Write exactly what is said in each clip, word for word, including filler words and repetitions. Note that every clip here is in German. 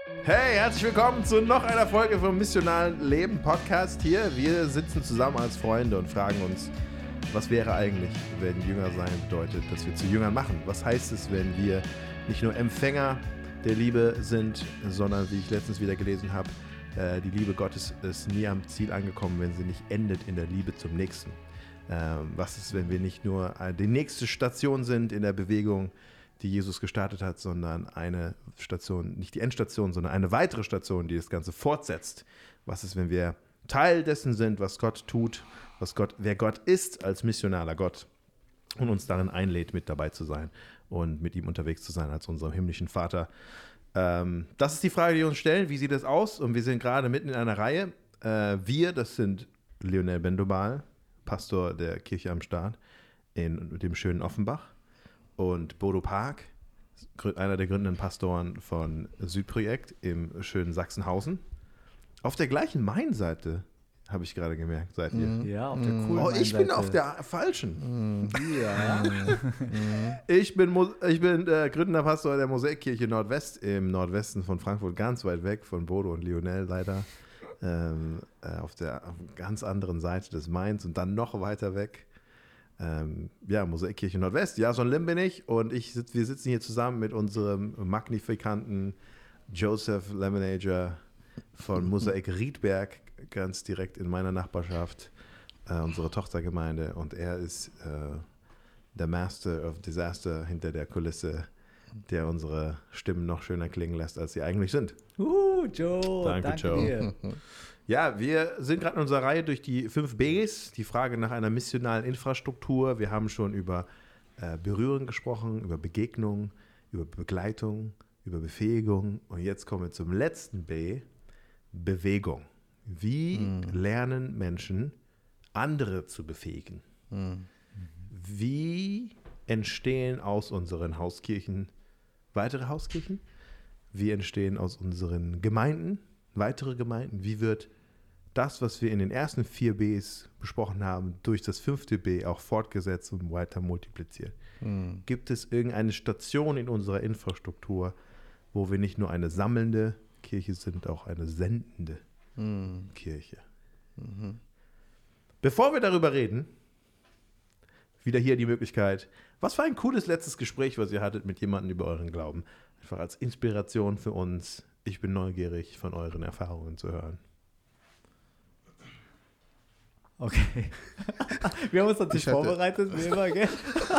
Hey, herzlich willkommen zu noch einer Folge vom Missionalen Leben Podcast hier. Wir sitzen zusammen als Freunde und fragen uns, was wäre eigentlich, wenn Jünger sein bedeutet, dass wir zu Jüngern machen? Was heißt es, wenn wir nicht nur Empfänger der Liebe sind, sondern, wie ich letztens wieder gelesen habe, äh, die Liebe Gottes ist nie am Ziel angekommen, wenn sie nicht endet in der Liebe zum Nächsten. Ähm, was ist, wenn wir nicht nur die nächste Station sind in der Bewegung, die Jesus gestartet hat, sondern eine Station, nicht die Endstation, sondern eine weitere Station, die das Ganze fortsetzt. Was ist, wenn wir Teil dessen sind, was Gott tut, was Gott, wer Gott ist als missionaler Gott und uns darin einlädt, mit dabei zu sein und mit ihm unterwegs zu sein als unserem himmlischen Vater. Ähm, das ist die Frage, die wir uns stellen. Wie sieht es aus? Und wir sind gerade mitten in einer Reihe. Äh, wir, das sind Lionel Bendobal, Pastor der Kirche am Start in dem schönen Offenbach. Und Bodo Park, einer der gründenden Pastoren von Südprojekt im schönen Sachsenhausen. Auf der gleichen Main-Seite, habe ich gerade gemerkt, seid ihr. Ja, auf der coolen Oh, ich Main-Seite. bin auf der falschen. Ja. Ich bin, ich bin äh, gründender Pastor der Mosaikkirche Nordwest im Nordwesten von Frankfurt, ganz weit weg von Bodo und Lionel leider. Ähm, äh, auf der auf einer ganz anderen Seite des Mains und dann noch weiter weg. Ähm, ja, Mosaikkirche Nordwest, Jason Lim bin ich und ich sitz, wir sitzen hier zusammen mit unserem magnifikanten Joseph Lemonager von Mosaik Riedberg, ganz direkt in meiner Nachbarschaft, äh, unsere Tochtergemeinde, und er ist äh, der Master of Disaster hinter der Kulisse, der unsere Stimmen noch schöner klingen lässt, als sie eigentlich sind. Uh, Joe, Danke, danke Joe. dir. Ja, wir sind gerade in unserer Reihe durch die fünf Bs, die Frage nach einer missionalen Infrastruktur. Wir haben schon über äh, Berührung gesprochen, über Begegnung, über Begleitung, über Befähigung. Und jetzt kommen wir zum letzten B, Bewegung. Wie mhm. lernen Menschen, andere zu befähigen? Mhm. Wie entstehen aus unseren Hauskirchen weitere Hauskirchen? Wie entstehen aus unseren Gemeinden weitere Gemeinden? Wie wird das, was wir in den ersten vier Bs besprochen haben, durch das fünfte B auch fortgesetzt und weiter multipliziert? Mhm. Gibt es irgendeine Station in unserer Infrastruktur, wo wir nicht nur eine sammelnde Kirche sind, auch eine sendende mhm. Kirche? Mhm. Bevor wir darüber reden, wieder hier die Möglichkeit, was für ein cooles letztes Gespräch, was ihr hattet mit jemandem über euren Glauben. Einfach als Inspiration für uns. Ich bin neugierig, von euren Erfahrungen zu hören. Okay. Wir haben uns natürlich vorbereitet, wie immer, gell?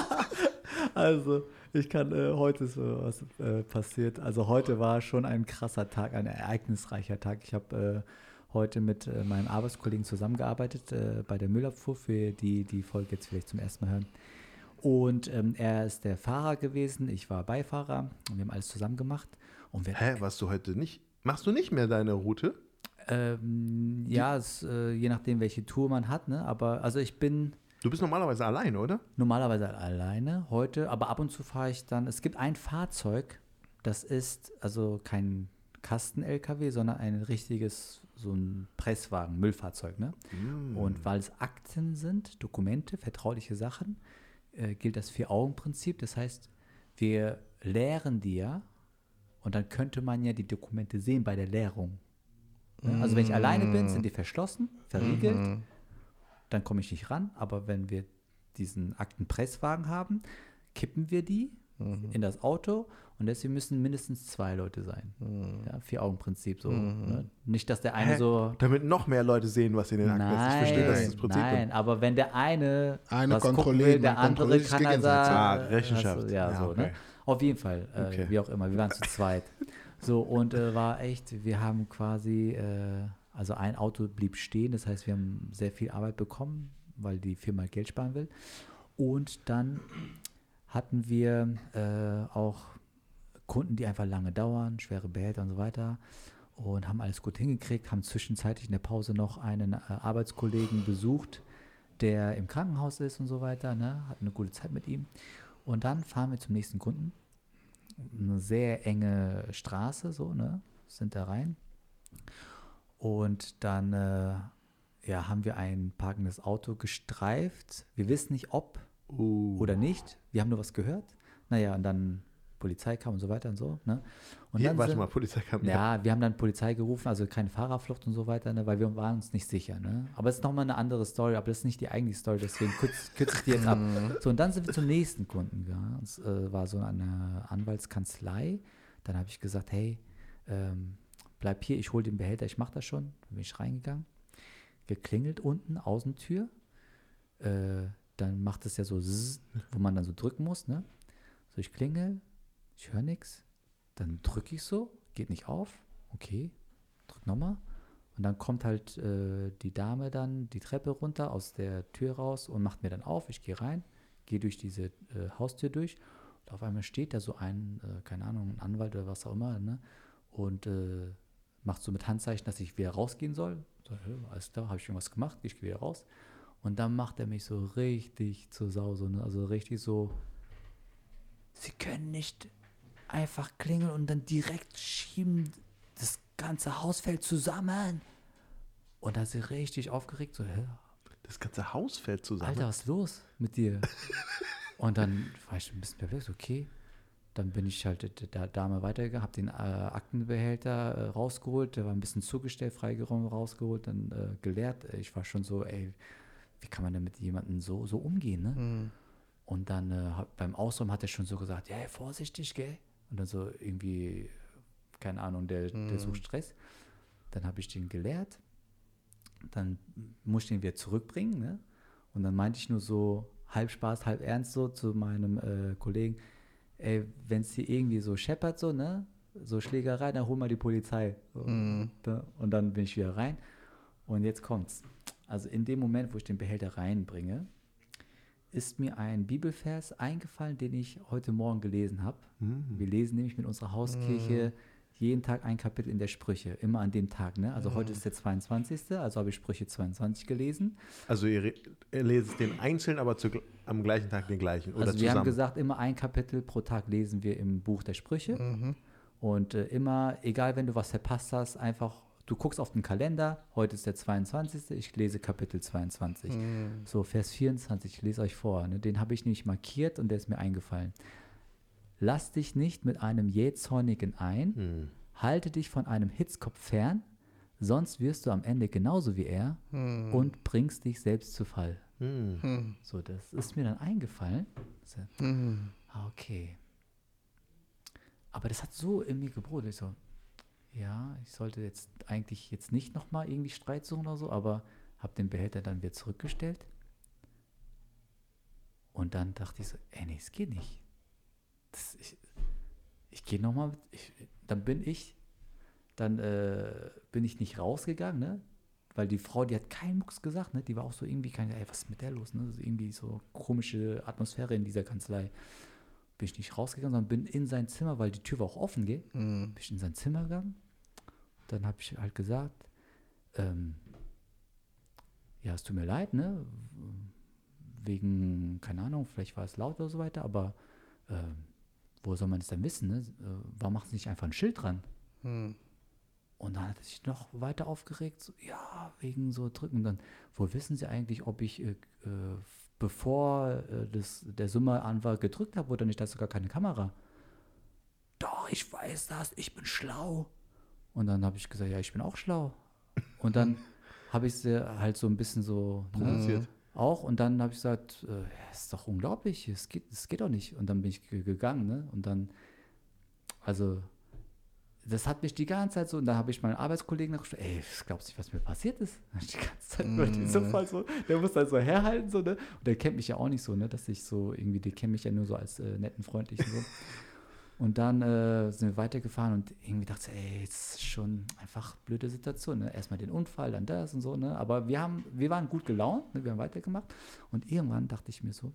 Also, ich kann, äh, heute ist äh, was äh, passiert. Also, heute war schon ein krasser Tag, ein ereignisreicher Tag. Ich habe äh, heute mit äh, meinem Arbeitskollegen zusammengearbeitet äh, bei der Müllabfuhr, für die die Folge jetzt vielleicht zum ersten Mal hören. Und ähm, er ist der Fahrer gewesen, ich war Beifahrer und wir haben alles zusammen gemacht. Und wir Hä, warst du heute nicht? Machst du nicht mehr deine Route? Ähm, ja, es, äh, je nachdem, welche Tour man hat, ne? Aber also ich bin. Du bist normalerweise alleine, oder? Normalerweise alleine heute, aber ab und zu fahre ich dann. Es gibt ein Fahrzeug, das ist also kein Kasten-L K W, sondern ein richtiges, so ein Presswagen, Müllfahrzeug, ne? Mm. Und weil es Akten sind, Dokumente, vertrauliche Sachen, äh, gilt das Vier-Augen-Prinzip. Das heißt, wir leeren die ja. Und dann könnte man ja die Dokumente sehen bei der Leerung. Ne? Also wenn ich alleine bin, sind die verschlossen, verriegelt. Mhm. Dann komme ich nicht ran. Aber wenn wir diesen Aktenpresswagen haben, kippen wir die mhm. in das Auto. Und deswegen müssen mindestens zwei Leute sein. Mhm. Ja, Vier-Augen-Prinzip. So, mhm. ne? Nicht, dass der eine Hä? so... Damit noch mehr Leute sehen, was in den Akten ist. Ich verstehe, das ist das Prinzip. Nein, aber wenn der eine, eine was gucken will, der andere kann er sagen... Ah, Rechenschaft. Du, ja, ja, so, okay. ne? Auf jeden Fall, äh, okay. wie auch immer, wir waren zu zweit. So, und äh, war echt, wir haben quasi, äh, also ein Auto blieb stehen, das heißt, wir haben sehr viel Arbeit bekommen, weil die Firma Geld sparen will. Und dann hatten wir äh, auch Kunden, die einfach lange dauern, schwere Behälter und so weiter, und haben alles gut hingekriegt, haben zwischenzeitlich in der Pause noch einen äh, Arbeitskollegen besucht, der im Krankenhaus ist und so weiter, ne? Hatten eine gute Zeit mit ihm. Und dann fahren wir zum nächsten Kunden. Eine sehr enge Straße, so, ne? Sind da rein. Und dann äh, ja, haben wir ein parkendes Auto gestreift. Wir wissen nicht, ob uh. oder nicht. Wir haben nur was gehört. Naja, und dann Polizei kam und so weiter und so. Ne? Und Hier, dann warte sind, mal, Polizei kam. Ja, wir haben dann Polizei gerufen, also keine Fahrerflucht und so weiter, ne, weil wir waren uns nicht sicher. Ne? Aber es ist nochmal eine andere Story, aber das ist nicht die eigentliche Story, deswegen kürze kürz ich die jetzt ab. So, und dann sind wir zum nächsten Kunden gegangen. Es äh, war so eine Anwaltskanzlei. Dann habe ich gesagt, hey, ähm, bleib hier, ich hole den Behälter, ich mache das schon. Dann bin ich reingegangen, geklingelt unten, Außentür. Äh, dann macht es ja so, zzz, wo man dann so drücken muss. Ne? So, ich klingel, ich höre nichts. Dann drücke ich so, geht nicht auf. Okay, drück nochmal. Und dann kommt halt äh, die Dame dann die Treppe runter aus der Tür raus und macht mir dann auf. Ich gehe rein, gehe durch diese äh, Haustür durch. Und auf einmal steht da so ein, äh, keine Ahnung, ein Anwalt oder was auch immer, ne? Und äh, macht so mit Handzeichen, dass ich wieder rausgehen soll. So, ja, alles klar, habe ich irgendwas gemacht, ich gehe wieder raus. Und dann macht er mich so richtig zur Sau, so, ne? Also richtig so, Sie können nicht einfach klingeln und dann direkt schieben, das ganze Haus fällt zusammen. Und da ist sie richtig aufgeregt, so, hä? Das ganze Haus fällt zusammen. Alter, was ist los mit dir? Und dann war ich ein bisschen perplex, okay. Dann bin ich halt der Dame weitergegangen, habe den äh, Aktenbehälter äh, rausgeholt, der war ein bisschen zugestellt, freigeräumt, rausgeholt, dann äh, geleert. Ich war schon so, ey, wie kann man denn mit jemandem so, so umgehen, ne? Mhm. Und dann äh, beim Ausräumen hat er schon so gesagt, ja, hey, vorsichtig, gell? Und dann so irgendwie, keine Ahnung, der, mhm. der sucht Stress. Dann habe ich den geleert, dann musste ich den wieder zurückbringen, ne? Und dann meinte ich nur so, halb Spaß, halb ernst so zu meinem äh, Kollegen, ey, wenn es hier irgendwie so scheppert, so, ne, so Schlägerei, dann hol mal die Polizei. So, mm. Und dann bin ich wieder rein. Und jetzt kommt's. Also in dem Moment, wo ich den Behälter reinbringe, ist mir ein Bibelvers eingefallen, den ich heute Morgen gelesen habe. Mm. Wir lesen nämlich mit unserer Hauskirche mm. jeden Tag ein Kapitel in der Sprüche, immer an dem Tag, ne? Also mm. heute ist der zweiundzwanzigste, also habe ich Sprüche zweiundzwanzig gelesen. Also ihr, ihr lest den einzeln, aber zu, am gleichen Tag den gleichen oder also zusammen? Wir haben gesagt, immer ein Kapitel pro Tag lesen wir im Buch der Sprüche. Mhm. Und äh, immer, egal wenn du was verpasst hast, einfach, du guckst auf den Kalender, heute ist der zweiundzwanzigste, ich lese Kapitel zweiundzwanzig. Mhm. So, Vers vierundzwanzig, ich lese euch vor, ne? Den habe ich nämlich markiert und der ist mir eingefallen. Lass dich nicht mit einem Jähzornigen ein, mhm. halte dich von einem Hitzkopf fern, sonst wirst du am Ende genauso wie er mhm. und bringst dich selbst zu Fall. Mhm. So, das ist mir dann eingefallen. So, mhm. ah, okay. Aber das hat so in mir gebrodelt. Ich so, ja, ich sollte jetzt eigentlich jetzt nicht nochmal irgendwie Streit suchen oder so, aber habe den Behälter dann wieder zurückgestellt. Und dann dachte ich so, ey, nee, es geht nicht. Das, ich ich gehe nochmal, dann bin ich, dann äh, bin ich nicht rausgegangen, ne? Weil die Frau, die hat keinen Mucks gesagt, ne? Die war auch so irgendwie, keine, ey, was ist mit der los, ne? Also irgendwie so komische Atmosphäre in dieser Kanzlei. Bin ich nicht rausgegangen, sondern bin in sein Zimmer, weil die Tür war auch offen, gell? Mhm. Bin ich in sein Zimmer gegangen. Dann habe ich halt gesagt, ähm, ja, es tut mir leid, ne? Wegen, keine Ahnung, vielleicht war es laut oder so weiter, aber ähm, wo soll man es denn wissen, ne? Warum macht es nicht einfach ein Schild dran? Mhm. Und dann hat er sich noch weiter aufgeregt, so, ja, wegen so drücken. Und dann, wo wissen Sie eigentlich, ob ich, äh, bevor äh, das, der Summer an war, gedrückt habe oder nicht? Da ist sogar keine Kamera. Doch, ich weiß das, ich bin schlau. Und dann habe ich gesagt, ja, ich bin auch schlau. Und dann habe ich sie halt so ein bisschen so provoziert. Ne, auch. Und dann habe ich gesagt, äh, ja, ist doch unglaublich, es geht, es geht doch nicht. Und dann bin ich g- gegangen, ne? Und dann, also... Das hat mich die ganze Zeit so, und da habe ich meinen Arbeitskollegen nachgeschaut, ey, glaubst du nicht, was mir passiert ist? Die ganze Zeit mm. den Sofa so, der muss halt so herhalten, so, ne? Und der kennt mich ja auch nicht so, ne? Dass ich so irgendwie, der kennt mich ja nur so als äh, netten, freundlichen so. Und dann äh, sind wir weitergefahren und irgendwie dachte ich, ey, jetzt ist schon einfach blöde Situation, ne? Erstmal den Unfall, dann das und so, ne? Aber wir haben, wir waren gut gelaunt, ne? Wir haben weitergemacht. Und irgendwann dachte ich mir so,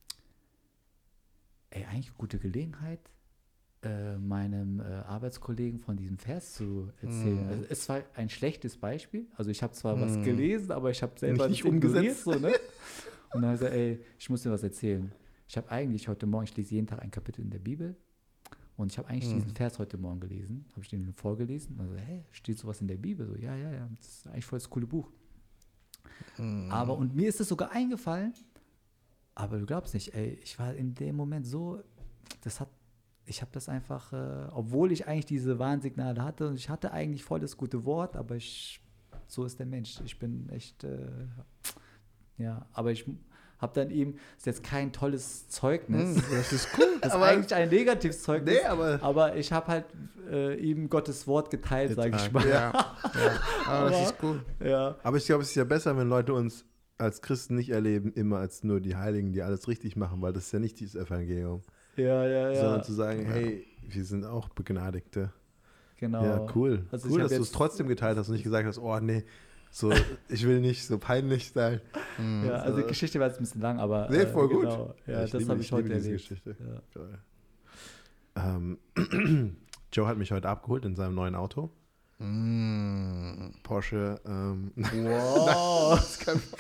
ey, eigentlich eine gute Gelegenheit, Äh, meinem äh, Arbeitskollegen von diesem Vers zu erzählen. Mm. Also es war ein schlechtes Beispiel. Also ich habe zwar mm. was gelesen, aber ich habe selber nicht umgesetzt. So, ne? Und dann habe ich gesagt, ey, ich muss dir was erzählen. Ich habe eigentlich heute Morgen, ich lese jeden Tag ein Kapitel in der Bibel und ich habe eigentlich mm. diesen Vers heute Morgen gelesen. Habe ich den vorgelesen. Also, hä, steht sowas in der Bibel? So, ja, ja, ja, das ist eigentlich voll das coole Buch. Mm. Aber, und mir ist es sogar eingefallen, aber du glaubst nicht, ey, ich war in dem Moment so, das hat ich habe das einfach, äh, obwohl ich eigentlich diese Warnsignale hatte und ich hatte eigentlich voll das gute Wort, aber ich, so ist der Mensch. Ich bin echt, äh, ja, aber ich habe dann eben, das ist jetzt kein tolles Zeugnis. Mm, das ist cool. Das ist aber, eigentlich ein negatives Zeugnis. Nee, aber, aber ich habe halt äh, ihm Gottes Wort geteilt, sage ich mal. Ja, ja. Aber das ist cool. Ja. aber ich glaube, es ist ja besser, wenn Leute uns als Christen nicht erleben, immer als nur die Heiligen, die alles richtig machen, weil das ist ja nicht dieses Evangelium. Ja, ja, ja. Sondern zu sagen, Ja. hey, wir sind auch Begnadigte. Genau. Ja, cool. Also cool, ich hab dass du es jetzt- trotzdem geteilt hast und nicht gesagt hast, oh nee, so, ich will nicht so peinlich sein. Ja, also die Geschichte war jetzt ein bisschen lang, aber Nee, voll äh, gut. genau. Ja, ich das liebe- habe ich, liebe heute diese erlebt. Geschichte. Ja. Geil. Ähm, Joe hat mich heute abgeholt in seinem neuen Auto. Mm. Porsche. Ähm, Wow. das ist kein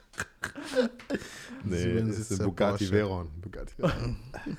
nee, Sieben das ist Sitzer ein Bugatti Porsche. Veyron. Bugatti Veyron.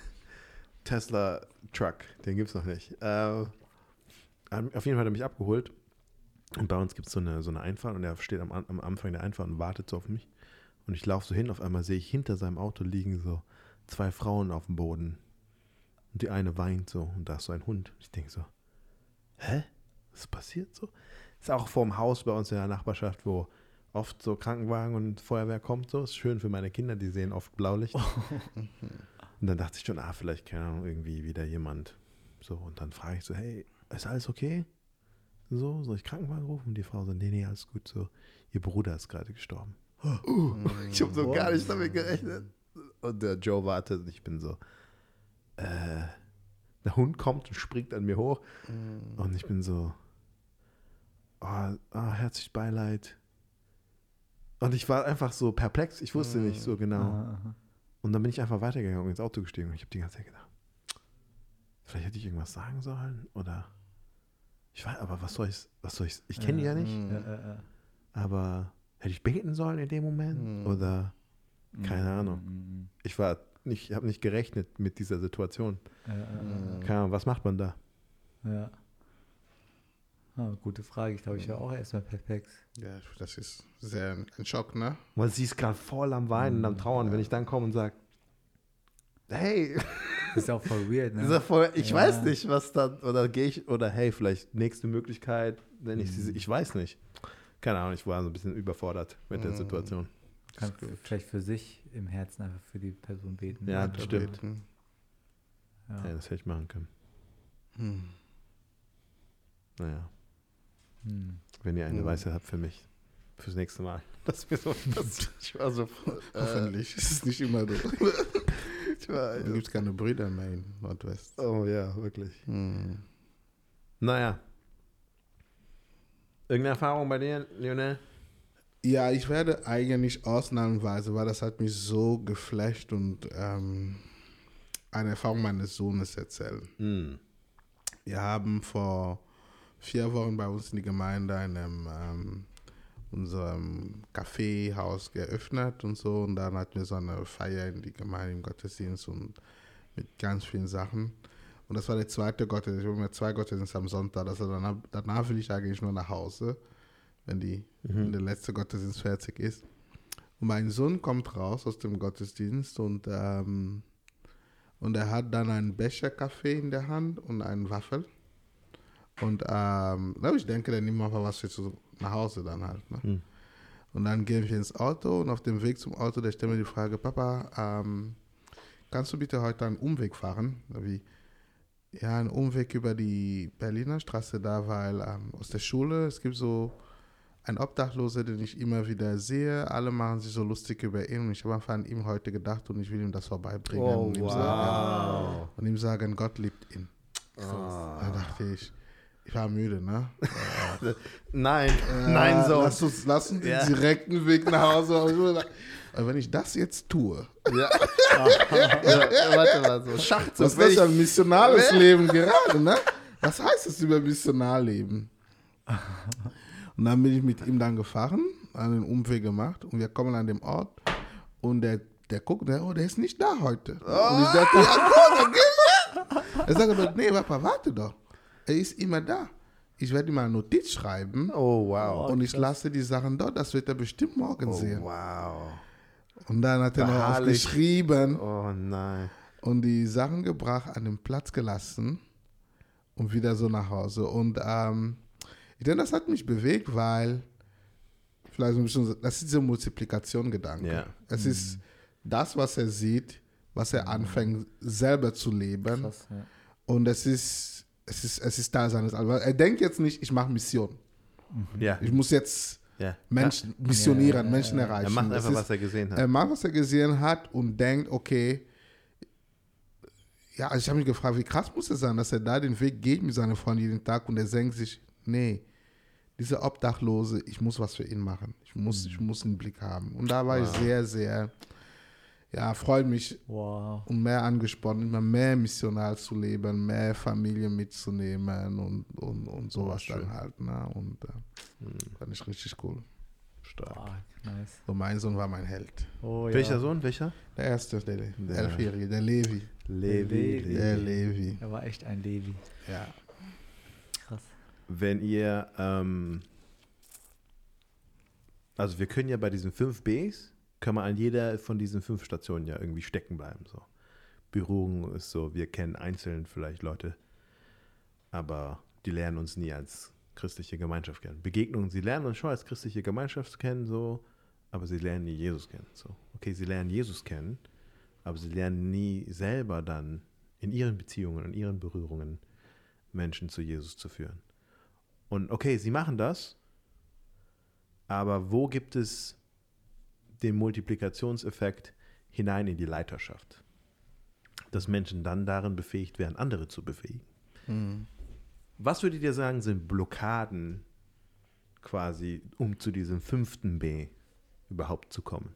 Tesla Truck, den gibt's noch nicht. Äh, auf jeden Fall hat er mich abgeholt. Und bei uns gibt es so eine, so eine Einfahrt und er steht am, am Anfang der Einfahrt und wartet so auf mich. Und ich laufe so hin, auf einmal sehe ich hinter seinem Auto liegen so zwei Frauen auf dem Boden. Und die eine weint so und da ist so ein Hund. Ich denke so, hä? Was passiert so? Ist auch vor dem Haus bei uns in der Nachbarschaft, wo oft so Krankenwagen und Feuerwehr kommt. So ist schön für meine Kinder, die sehen oft Blaulicht. Und dann dachte ich schon, ah, vielleicht, keine Ahnung, irgendwie wieder jemand. So, und dann frage ich so, hey, ist alles okay? So, soll ich Krankenwagen rufen? Und die Frau so, nee, nee, alles gut. So, ihr Bruder ist gerade gestorben. Uh, ich habe so gar nicht damit gerechnet. Und der Joe wartet und ich bin so, äh, der Hund kommt und springt an mir hoch. Mm. Und ich bin so, oh, oh, herzlich Beileid. Und ich war einfach so perplex. Ich wusste nicht so genau. Aha, aha. Und dann bin ich einfach weitergegangen und ins Auto gestiegen. Und ich habe die ganze Zeit gedacht, vielleicht hätte ich irgendwas sagen sollen oder ich weiß, aber was soll ich, was soll ich, ich kenne die ja nicht, Mm. Ja, ja, ja. aber hätte ich beten sollen in dem Moment Mhm. oder keine Mhm, Ahnung. mhm, Ich war nicht, habe nicht gerechnet mit dieser Situation. mhm. Ja, ja, Keine Ahnung, was macht man da? ja. ja. Ah, gute Frage. Ich glaube, ich war auch erstmal perplex. Ja, das ist sehr ein Schock, ne? Weil sie ist gerade voll am Weinen und am Trauern, wenn ich dann komme und sage, hey, Das ist ja auch voll weird, ne? ist ja voll, ich Ja. weiß nicht, was dann, oder gehe ich, oder hey, vielleicht nächste Möglichkeit, wenn ich sie, ich weiß nicht. Keine Ahnung, ich war so ein bisschen überfordert mit der Mhm. Situation. Kann vielleicht für sich im Herzen einfach für die Person beten. Ja, Und, stimmt. Beten. Ja. Ja, das hätte ich machen können. Hm. Naja, Hm. wenn ihr eine Mhm. Weisheit habt für mich, fürs nächste Mal. Das mir so, das, ich war so, äh, Hoffentlich ist es nicht immer so. ich war, Da gibt es keine Brüder mehr in Nordwest. oh ja, wirklich. Hm. Naja. Irgendeine Erfahrung bei dir, Lionel? Ja, ich werde eigentlich ausnahmsweise, weil das hat mich so geflasht und ähm, eine Erfahrung meines Sohnes erzählen. Hm. Wir haben vor vier Wochen bei uns in die Gemeinde einem ähm, unserem Kaffeehaus geöffnet und so. Und dann hatten wir so eine Feier in die Gemeinde im Gottesdienst und mit ganz vielen Sachen. Und das war der zweite Gottesdienst. Wir haben ja zwei Gottesdienste am Sonntag. Also danach, danach will ich eigentlich nur nach Hause, wenn, die, wenn der letzte Gottesdienst fertig ist. Und mein Sohn kommt raus aus dem Gottesdienst und, ähm, und er hat dann einen Becher Kaffee in der Hand und einen Waffel. Und ähm, ich denke, der nimmt einfach was für zu, nach Hause dann halt. Ne? Hm. Und dann gehen wir ins Auto und auf dem Weg zum Auto, der stellt mir die Frage, Papa, ähm, kannst du bitte heute einen Umweg fahren? Wie, ja, einen Umweg über die Berliner Straße da, weil ähm, aus der Schule, es gibt so einen Obdachloser, den ich immer wieder sehe. Alle machen sich so lustig über ihn und ich habe einfach an ihm heute gedacht und ich will ihm das vorbeibringen Oh, und, ihm wow. sagen, und ihm sagen, Gott liebt ihn. Ah. Da dachte ich, ich war müde, ne? Nein, Ja, nein, so. Lass uns, lass uns Ja. den direkten Weg nach Hause. Aber wenn ich das jetzt tue, Ja. ja, warte mal, so Schachzug. was ist wenn das ich- ein missionales Leben gerade, ne? Was heißt das über Missionarleben? Und dann bin ich mit ihm dann gefahren, einen Umweg gemacht und wir kommen an dem Ort und der, der guckt, der, oh, der ist nicht da heute. Und ich dachte, ja gut, dann geh ich. Er sagt aber, nee, Papa, warte doch. Er ist immer da. Ich werde ihm eine Notiz schreiben Oh, wow. und ich lasse die Sachen dort, das wird er bestimmt morgen Oh, sehen. wow. Und dann hat er noch Beharrlich. aufgeschrieben, Oh, nein. und die Sachen gebracht, an den Platz gelassen und wieder so nach Hause. Und ähm, ich denke, das hat mich bewegt, weil vielleicht so ein bisschen, das ist dieser Multiplikation-Gedanke. Ja. Es Mhm. ist das, was er sieht, was er anfängt selber zu leben. Krass, ja. Und es ist, es ist, es ist Teil seines Alltags. Er denkt jetzt nicht, ich mache Mission. Ja. Ich muss jetzt ja. Menschen missionieren, Ja, ja, Menschen ja. erreichen. Er macht Das einfach, ist, was er gesehen hat. er macht, was er gesehen hat und denkt, okay, ja, also ich habe mich gefragt, wie krass muss es sein, dass er da den Weg geht mit seiner Freundin jeden Tag und er denkt sich, nee, dieser Obdachlose, ich muss was für ihn machen. Ich muss, ich muss einen Blick haben. Und da war Wow. ich sehr, sehr, ja, freut mich Wow. und mehr angespannt, immer mehr missional zu leben, mehr Familie mitzunehmen und, und, und sowas Oh, schön. dann halt. Ne? Und äh, fand ich richtig cool. Stark. Boah, nice. So mein Sohn war mein Held. Oh, Welcher ja. Sohn? Welcher? Der erste, der, Der- der Elfjährige, der Levi. Levi. Levi. Der Levi. Er war echt ein Levi. Ja. Krass. Wenn ihr, ähm, also wir können ja bei diesen fünf Bs, können wir an jeder von diesen fünf Stationen ja irgendwie stecken bleiben. So. Berührung ist so, wir kennen einzeln vielleicht Leute, aber die lernen uns nie als christliche Gemeinschaft kennen. Begegnungen, sie lernen uns schon als christliche Gemeinschaft kennen, so, aber sie lernen nie Jesus kennen. So. Okay, sie lernen Jesus kennen, aber sie lernen nie selber dann in ihren Beziehungen und ihren Berührungen Menschen zu Jesus zu führen. Und okay, sie machen das, aber wo gibt es den Multiplikationseffekt hinein in die Leiterschaft? Dass Menschen dann darin befähigt werden, andere zu befähigen. Mhm. Was würdet ihr sagen, sind Blockaden quasi, um zu diesem fünften B überhaupt zu kommen?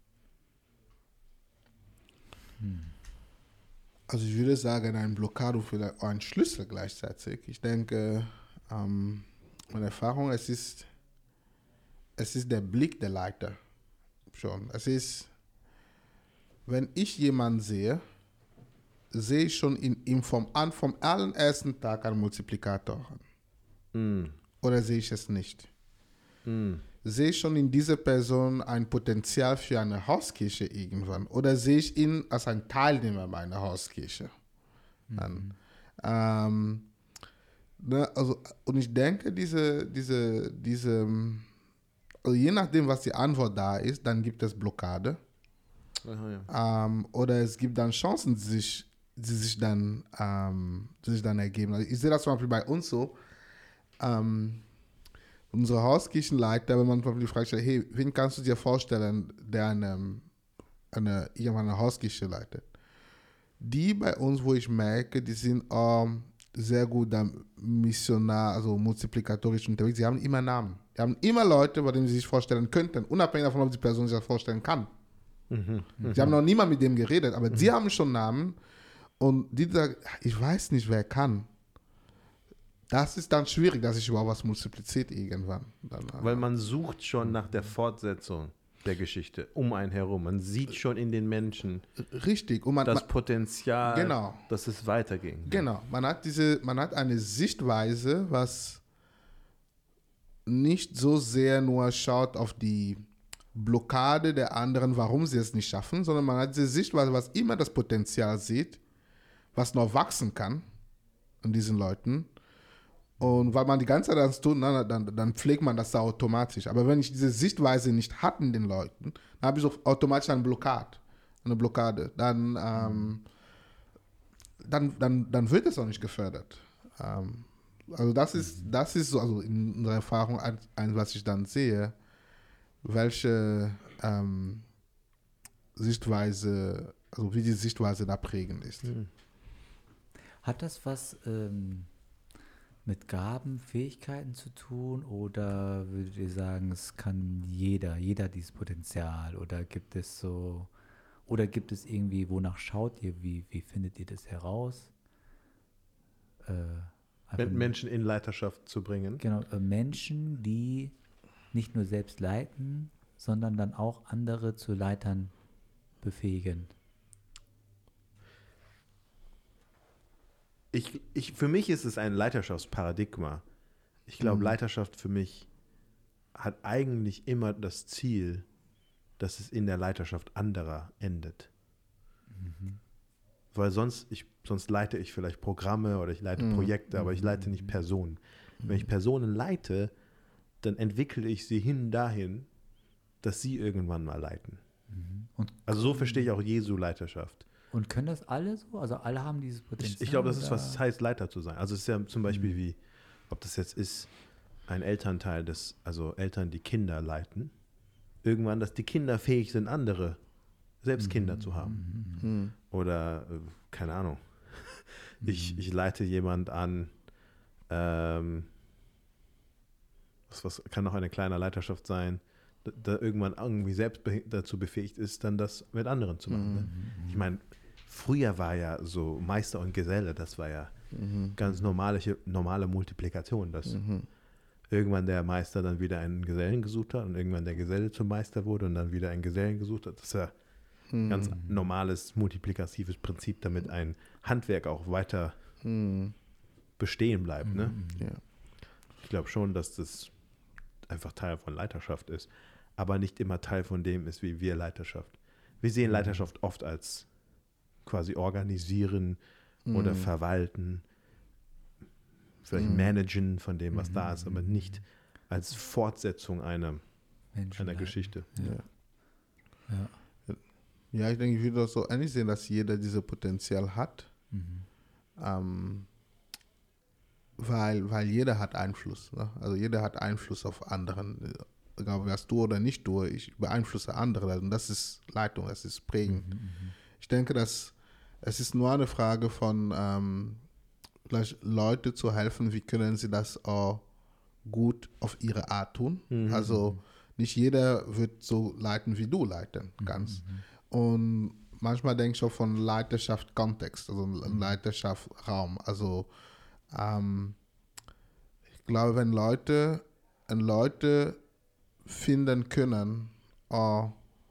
Also ich würde sagen, ein Blockado vielleicht auch ein Schlüssel gleichzeitig. Ich denke, ähm, meine Erfahrung, es ist, es ist der Blick der Leiter schon. Es ist, wenn ich jemanden sehe, sehe ich schon in ihm vom, an, vom allerersten Tag einen Multiplikator. Mm. Oder sehe ich es nicht? Mm. Sehe ich schon in dieser Person ein Potenzial für eine Hauskirche irgendwann? Oder sehe ich ihn als ein Teilnehmer meiner Hauskirche an? Ähm, ne, also, und ich denke, diese, diese, diese, also je nachdem, was die Antwort da ist, dann gibt es Blockade. Aha, ja. Ähm, oder es gibt dann Chancen, die sich, die sich, dann, ähm, die sich dann ergeben. Also ich sehe das zum Beispiel bei uns so. Ähm, unsere Hauskirchenleiter, wenn man zum Beispiel fragt, hey, wen kannst du dir vorstellen, der eine, eine, irgendwann eine Hauskirche leitet? Die bei uns, wo ich merke, die sind ähm, sehr gut am Missionar, also multiplikatorisch unterwegs. Sie haben immer Namen. Die haben immer Leute, bei denen sie sich vorstellen könnten, unabhängig davon, ob die Person sich das vorstellen kann. Mhm. Sie haben noch niemand mit dem geredet, aber mhm. sie haben schon Namen und die sagen, ich weiß nicht, wer kann. Das ist dann schwierig, dass sich überhaupt was multipliziert irgendwann. Dann, Weil man sucht schon nach der Fortsetzung der Geschichte um einen herum. Man sieht schon in den Menschen richtig. Und man, das man, Potenzial, genau. dass es weiterging. Genau. Man hat, diese, man hat eine Sichtweise, was nicht so sehr nur schaut auf die Blockade der anderen, warum sie es nicht schaffen, sondern man hat diese Sichtweise, was immer das Potenzial sieht, was noch wachsen kann an diesen Leuten. Und weil man die ganze Zeit das tut, dann, dann, dann pflegt man das da automatisch. Aber wenn ich diese Sichtweise nicht hatte in den Leuten, dann habe ich so automatisch eine Blockade. Eine Blockade. Dann, ähm, dann, dann, dann wird es auch nicht gefördert. Ähm, also das ist, das ist so, also in unserer Erfahrung, eins, was ich dann sehe, welche ähm, Sichtweise, also wie die Sichtweise da prägend ist. Mhm. Hat das was ähm, mit Gaben, Fähigkeiten zu tun oder würdet ihr sagen, es kann jeder, jeder dieses Potenzial oder gibt es so, oder gibt es irgendwie, wonach schaut ihr, wie, wie findet ihr das heraus? Äh, Menschen in Leiterschaft zu bringen. Genau, äh, Menschen, die nicht nur selbst leiten, sondern dann auch andere zu Leitern befähigen. Ich, ich, für mich ist es ein Leiterschaftsparadigma. Ich glaube, Mhm. Leiterschaft für mich hat eigentlich immer das Ziel, dass es in der Leiterschaft anderer endet. Mhm. weil sonst, ich, sonst leite ich vielleicht Programme oder ich leite mhm. Projekte, aber ich leite nicht Personen. Mhm. Wenn ich Personen leite, dann entwickle ich sie hin dahin, dass sie irgendwann mal leiten. Mhm. Und also so verstehe ich auch Jesu Leiterschaft. Und können das alle so? Also alle haben dieses Potenzial? Ich, ich glaube, das ist, was es heißt, Leiter zu sein. Also es ist ja zum Beispiel mhm. wie, ob das jetzt ist, ein Elternteil, des, also Eltern, die Kinder leiten, irgendwann, dass die Kinder fähig sind, andere selbst Kinder mhm. zu haben. Mhm. Oder, äh, keine Ahnung, mhm. ich, ich leite jemand an, ähm, was, was kann auch eine kleine Leiterschaft sein, da, da irgendwann irgendwie selbst be- dazu befähigt ist, dann das mit anderen zu machen. Mhm. Ne? Ich meine, früher war ja so Meister und Geselle, das war ja mhm. ganz normale, normale Multiplikation, dass mhm. irgendwann der Meister dann wieder einen Gesellen gesucht hat und irgendwann der Geselle zum Meister wurde und dann wieder einen Gesellen gesucht hat. Das ist ja ein mhm. ganz normales, multiplikatives Prinzip, damit ein Handwerk auch weiter mhm. bestehen bleibt. Mhm. Ne? Ja. Ich glaube schon, dass das einfach Teil von Leiterschaft ist, aber nicht immer Teil von dem ist, wie wir Leiterschaft. Wir sehen mhm. Leiterschaft oft als quasi organisieren mhm. oder verwalten, vielleicht mhm. managen von dem, was mhm. da ist, aber nicht als Fortsetzung einer, einer Geschichte. Ja. Ja. ja, ich denke, ich würde das so ähnlich sehen, dass jeder dieses Potenzial hat, mhm. ähm, weil, weil jeder hat Einfluss. Ne? Also jeder hat Einfluss auf anderen. Egal, was du oder nicht tue, ich beeinflusse andere. Und das ist Leitung, das ist Prägen. Mhm. Ich denke, dass es ist nur eine Frage von ähm, vielleicht Leute zu helfen, wie können sie das auch gut auf ihre Art tun. Mhm. Also nicht jeder wird so leiten, wie du leiten kannst. Mhm. Und manchmal denke ich auch von Leiterschaft Kontext, also mhm. Leiterschaft Raum. Also ähm, ich glaube, wenn Leute, wenn Leute finden können, oh,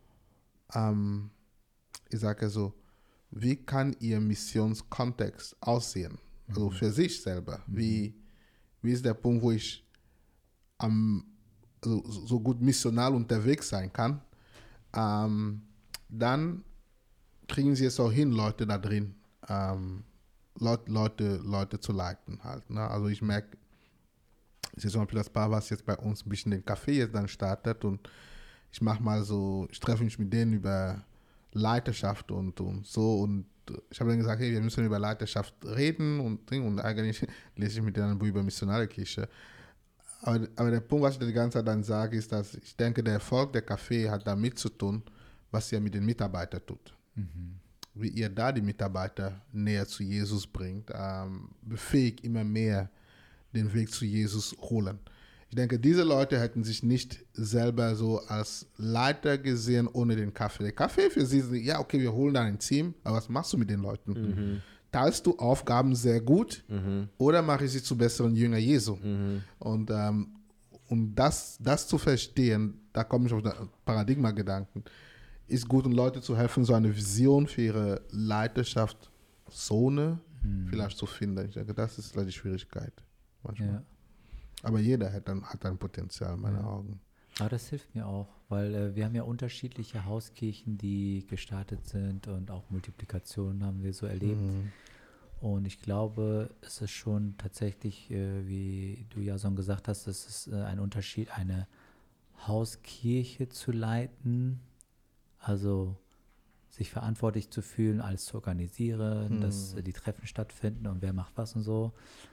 ähm, ich sage so, wie kann ihr Missionskontext aussehen? Also für sich selber. Mhm. Wie, wie ist der Punkt, wo ich am, also so gut missional unterwegs sein kann? Ähm, dann kriegen sie es auch hin, Leute da drin, ähm, Leute, Leute, Leute zu leiten halt. Ne? Also ich merke, es ist zum Beispiel das Paar, was jetzt bei uns ein bisschen den Café jetzt dann startet und ich mache mal so, ich treffe mich mit denen über Leiterschaft und, und so und ich habe dann gesagt, hey, wir müssen über Leiterschaft reden und, und eigentlich lese ich mit denen ein Buch über missionale Kirche. Aber, aber der Punkt, was ich die ganze Zeit dann sage, ist, dass ich denke, der Erfolg der Café hat damit zu tun, was ihr mit den Mitarbeitern tut. Mhm. Wie ihr da die Mitarbeiter näher zu Jesus bringt, ähm, befähigt immer mehr den Weg zu Jesus holen. Ich denke, diese Leute hätten sich nicht selber so als Leiter gesehen ohne den Kaffee. Der Kaffee für sie ist, ja, okay, wir holen dann ein Team, aber was machst du mit den Leuten? Mhm. Teilst du Aufgaben sehr gut mhm. oder mache ich sie zu besseren Jünger Jesu? Mhm. Und, ähm, und das, das zu verstehen, da komme ich auf den Paradigma-Gedanken, ist gut, um Leute zu helfen, so eine Vision für ihre Leiterschaftszone mhm. vielleicht zu finden. Ich denke, das ist die Schwierigkeit manchmal. Ja. Aber jeder hat dann, hat dann Potenzial in meinen ja. Augen. Aber das hilft mir auch, weil äh, wir haben ja unterschiedliche Hauskirchen, die gestartet sind und auch Multiplikationen haben wir so erlebt. Mhm. Und ich glaube, es ist schon tatsächlich, äh, wie du Jason gesagt hast, es ist äh, ein Unterschied, eine Hauskirche zu leiten, also sich verantwortlich zu fühlen, alles zu organisieren, mhm. dass äh, die Treffen stattfinden und wer macht was und so.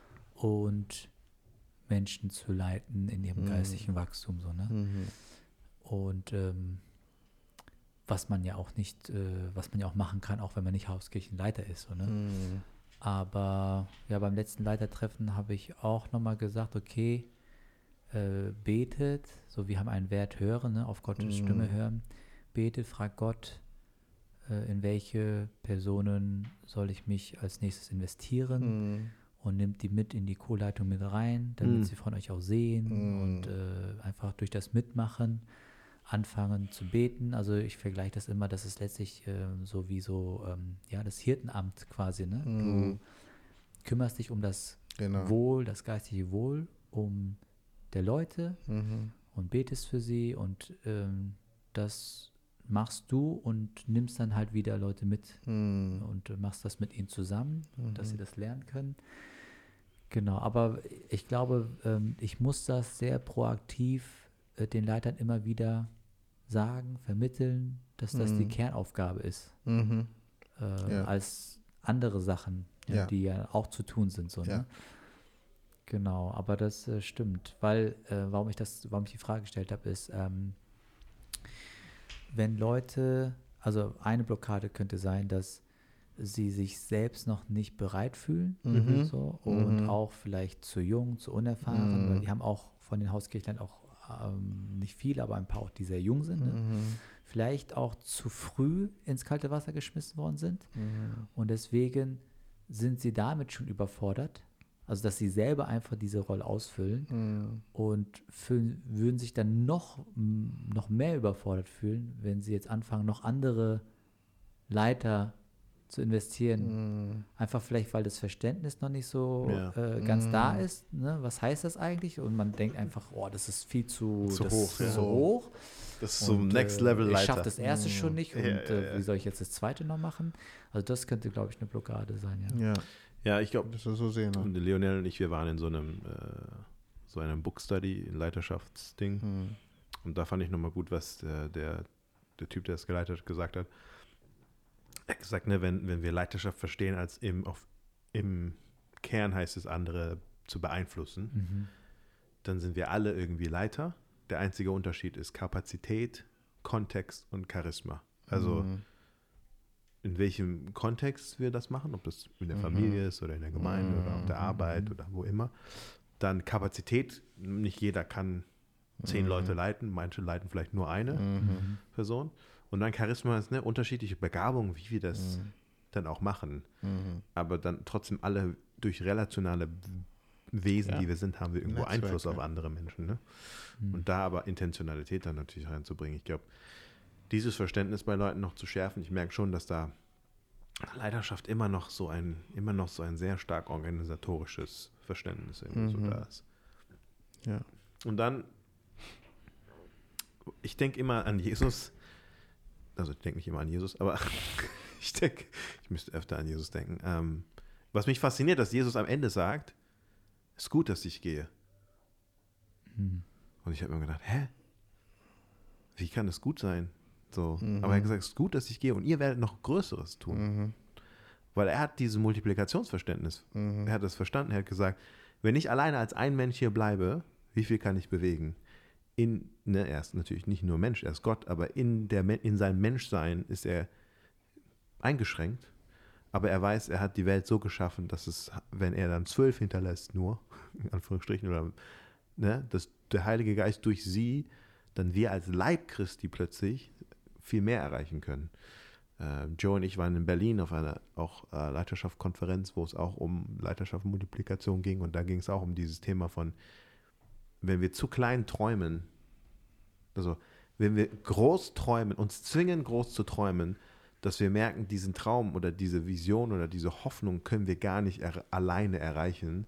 Und Menschen zu leiten in ihrem mhm. geistlichen Wachstum. So, ne? Mhm. Und ähm, was man ja auch nicht, äh, was man ja auch machen kann, auch wenn man nicht Hauskirchenleiter ist. So, ne? Mhm. Aber ja, beim letzten Leitertreffen habe ich auch nochmal gesagt, okay, äh, betet, so wir haben einen Wert hören, ne? Auf Gottes mhm. Stimme hören, betet, fragt Gott, äh, in welche Personen soll ich mich als nächstes investieren, mhm. und nimmt die mit in die Co-Leitung mit rein, damit mm. sie von euch auch sehen mm. und äh, einfach durch das Mitmachen anfangen zu beten. Also ich vergleiche das immer, das ist letztlich äh, so wie so, ähm, ja, das Hirtenamt quasi, ne? Mm. Du kümmerst dich um das genau. Wohl, das geistige Wohl, um der Leute mm-hmm. und betest für sie und ähm, das machst du und nimmst dann halt wieder Leute mit Mhm. und machst das mit ihnen zusammen, Mhm. dass sie das lernen können. Genau, aber ich glaube, ähm, ich muss das sehr proaktiv äh, den Leitern immer wieder sagen, vermitteln, dass das die Mhm. Kernaufgabe ist, Mhm. äh, Ja. als andere Sachen, ja, Ja. die ja auch zu tun sind. So, Ja. ne? Genau, aber das äh, stimmt, weil, äh, warum ich das, warum ich die Frage gestellt habe, ist, ähm, wenn Leute, also eine Blockade könnte sein, dass sie sich selbst noch nicht bereit fühlen, Mhm. so, und Mhm. auch vielleicht zu jung, zu unerfahren, Mhm. weil wir haben auch von den Hauskirchlern auch ähm, nicht viele, aber ein paar auch, die sehr jung sind, ne? Mhm. Vielleicht auch zu früh ins kalte Wasser geschmissen worden sind Mhm. und deswegen sind sie damit schon überfordert, also dass sie selber einfach diese Rolle ausfüllen Mhm. und fühlen, würden sich dann noch, m, noch mehr überfordert fühlen, wenn sie jetzt anfangen, noch andere Leiter zu investieren. Mhm. Einfach vielleicht, weil das Verständnis noch nicht so Ja. äh, ganz da Mhm. ist. Ne? Was heißt das eigentlich? Und man denkt einfach, oh, das ist viel zu, Zu das hoch, ist ja. so hoch. Das ist so Und, Next äh, Level Ich Leiter. schaffe das erste Mhm. schon nicht und Ja, ja, äh, ja. wie soll ich jetzt das zweite noch machen? Also das könnte, glaube ich, eine Blockade sein, ja. Ja, Ja, ich glaube, das ist so sehen. Ne? Lionel und ich, wir waren in so einem äh, so einem Book Study, ein Leiterschaftsding. Mhm. Und da fand ich nochmal gut, was der, der, der Typ, der es geleitet hat, gesagt hat. Er hat gesagt, ne, wenn, wenn wir Leiterschaft verstehen, als im, auf, im Kern heißt es, andere zu beeinflussen, Mhm. dann sind wir alle irgendwie Leiter. Der einzige Unterschied ist Kapazität, Kontext und Charisma. Also Mhm. in welchem Kontext wir das machen, ob das in der Mhm. Familie ist oder in der Gemeinde Mhm. oder auf der Arbeit oder wo immer. Dann Kapazität, nicht jeder kann zehn Mhm. Leute leiten, manche leiten vielleicht nur eine Mhm. Person. Und dann Charisma ist ne, unterschiedliche Begabungen, wie wir das Mhm. dann auch machen. Mhm. Aber dann trotzdem alle durch relationale Wesen, Ja. die wir sind, haben wir irgendwo Netzwerke. Einfluss auf andere Menschen. Ne? Mhm. Und da aber Intentionalität dann natürlich reinzubringen. Ich glaube, dieses Verständnis bei Leuten noch zu schärfen, ich merke schon, dass da Leiterschaft immer noch so ein, immer noch so ein sehr stark organisatorisches Verständnis irgendwie Mhm. so da ist. Ja. Und dann, ich denke immer an Jesus, also ich denke nicht immer an Jesus, aber ich denke, ich müsste öfter an Jesus denken. Ähm, was mich fasziniert, dass Jesus am Ende sagt, es ist gut, dass ich gehe. Mhm. Und ich habe mir gedacht, hä? Wie kann das gut sein? So. Mhm. Aber er hat gesagt, es ist gut, dass ich gehe und ihr werdet noch Größeres tun. Mhm. Weil er hat dieses Multiplikationsverständnis. Mhm. Er hat das verstanden. Er hat gesagt, wenn ich alleine als ein Mensch hier bleibe, wie viel kann ich bewegen? In, ne, er ist natürlich nicht nur Mensch, er ist Gott, aber in, der, in seinem Menschsein ist er eingeschränkt. Aber er weiß, er hat die Welt so geschaffen, dass es, wenn er dann zwölf hinterlässt, nur, in Anführungsstrichen, oder, ne, dass der Heilige Geist durch sie, dann wir als Leib Christi plötzlich viel mehr erreichen können. Äh, Joe und ich waren in Berlin auf einer auch äh, Leiterschaftskonferenz, wo es auch um Leiterschaft und Multiplikation ging. Und da ging es auch um dieses Thema von, wenn wir zu klein träumen, also wenn wir groß träumen, uns zwingen, groß zu träumen, dass wir merken, diesen Traum oder diese Vision oder diese Hoffnung können wir gar nicht er- alleine erreichen,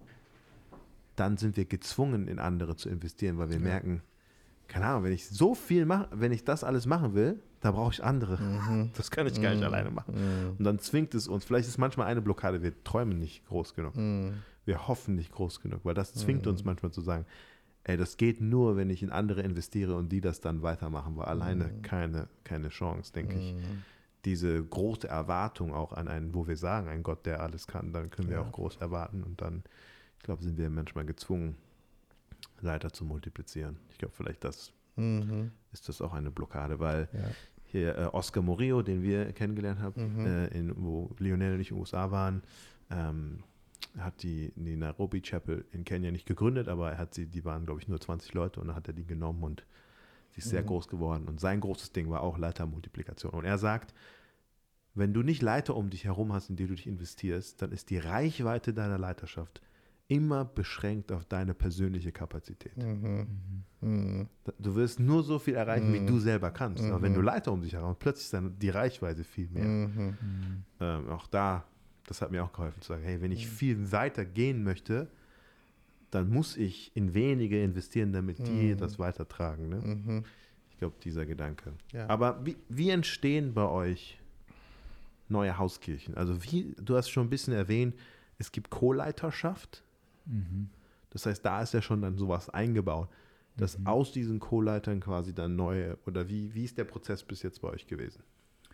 dann sind wir gezwungen, in andere zu investieren, weil wir Ja. merken, keine Ahnung, wenn ich so viel mache, wenn ich das alles machen will, da brauche ich andere. Mhm. Das kann ich gar nicht Mhm. alleine machen. Mhm. Und dann zwingt es uns, vielleicht ist manchmal eine Blockade, wir träumen nicht groß genug. Mhm. Wir hoffen nicht groß genug, weil das zwingt Mhm. uns manchmal zu sagen, ey, das geht nur, wenn ich in andere investiere und die das dann weitermachen, weil alleine Mhm. keine, keine Chance, denke ich. Mhm. Diese große Erwartung auch an einen, wo wir sagen, ein Gott, der alles kann, dann können wir Ja. auch groß erwarten und dann, ich glaube, sind wir manchmal gezwungen, Leiter zu multiplizieren. Ich glaube, vielleicht das Mhm. ist das auch eine Blockade, weil Ja. hier äh, Oscar Murillo, den wir kennengelernt haben, Mhm. äh, in, wo Lionel und ich in den U S A waren, ähm, hat die, die Nairobi Chapel in Kenia nicht gegründet, aber er hat sie, die waren, glaube ich, nur zwanzig Leute und dann hat er die genommen und sie ist sehr Mhm. groß geworden. Und sein großes Ding war auch Leitermultiplikation. Und er sagt, wenn du nicht Leiter um dich herum hast, in die du dich investierst, dann ist die Reichweite deiner Leiterschaft immer beschränkt auf deine persönliche Kapazität. Mhm. Mhm. Du wirst nur so viel erreichen, Mhm. wie du selber kannst. Aber wenn Mhm. du Leiter um dich herum hast, plötzlich ist dann die Reichweite viel mehr. Mhm. Mhm. Ähm, auch da, das hat mir auch geholfen zu sagen, hey, wenn ich Mhm. viel weiter gehen möchte, dann muss ich in wenige investieren, damit die Mhm. das weitertragen. Ne? Mhm. Ich glaube, dieser Gedanke. Ja. Aber wie, wie entstehen bei euch neue Hauskirchen? Also wie, du hast schon ein bisschen erwähnt, es gibt Co-Leiterschaft. Mhm. Das heißt, da ist ja schon dann sowas eingebaut, dass Mhm. aus diesen Co-Leitern quasi dann neue, oder wie, wie ist der Prozess bis jetzt bei euch gewesen?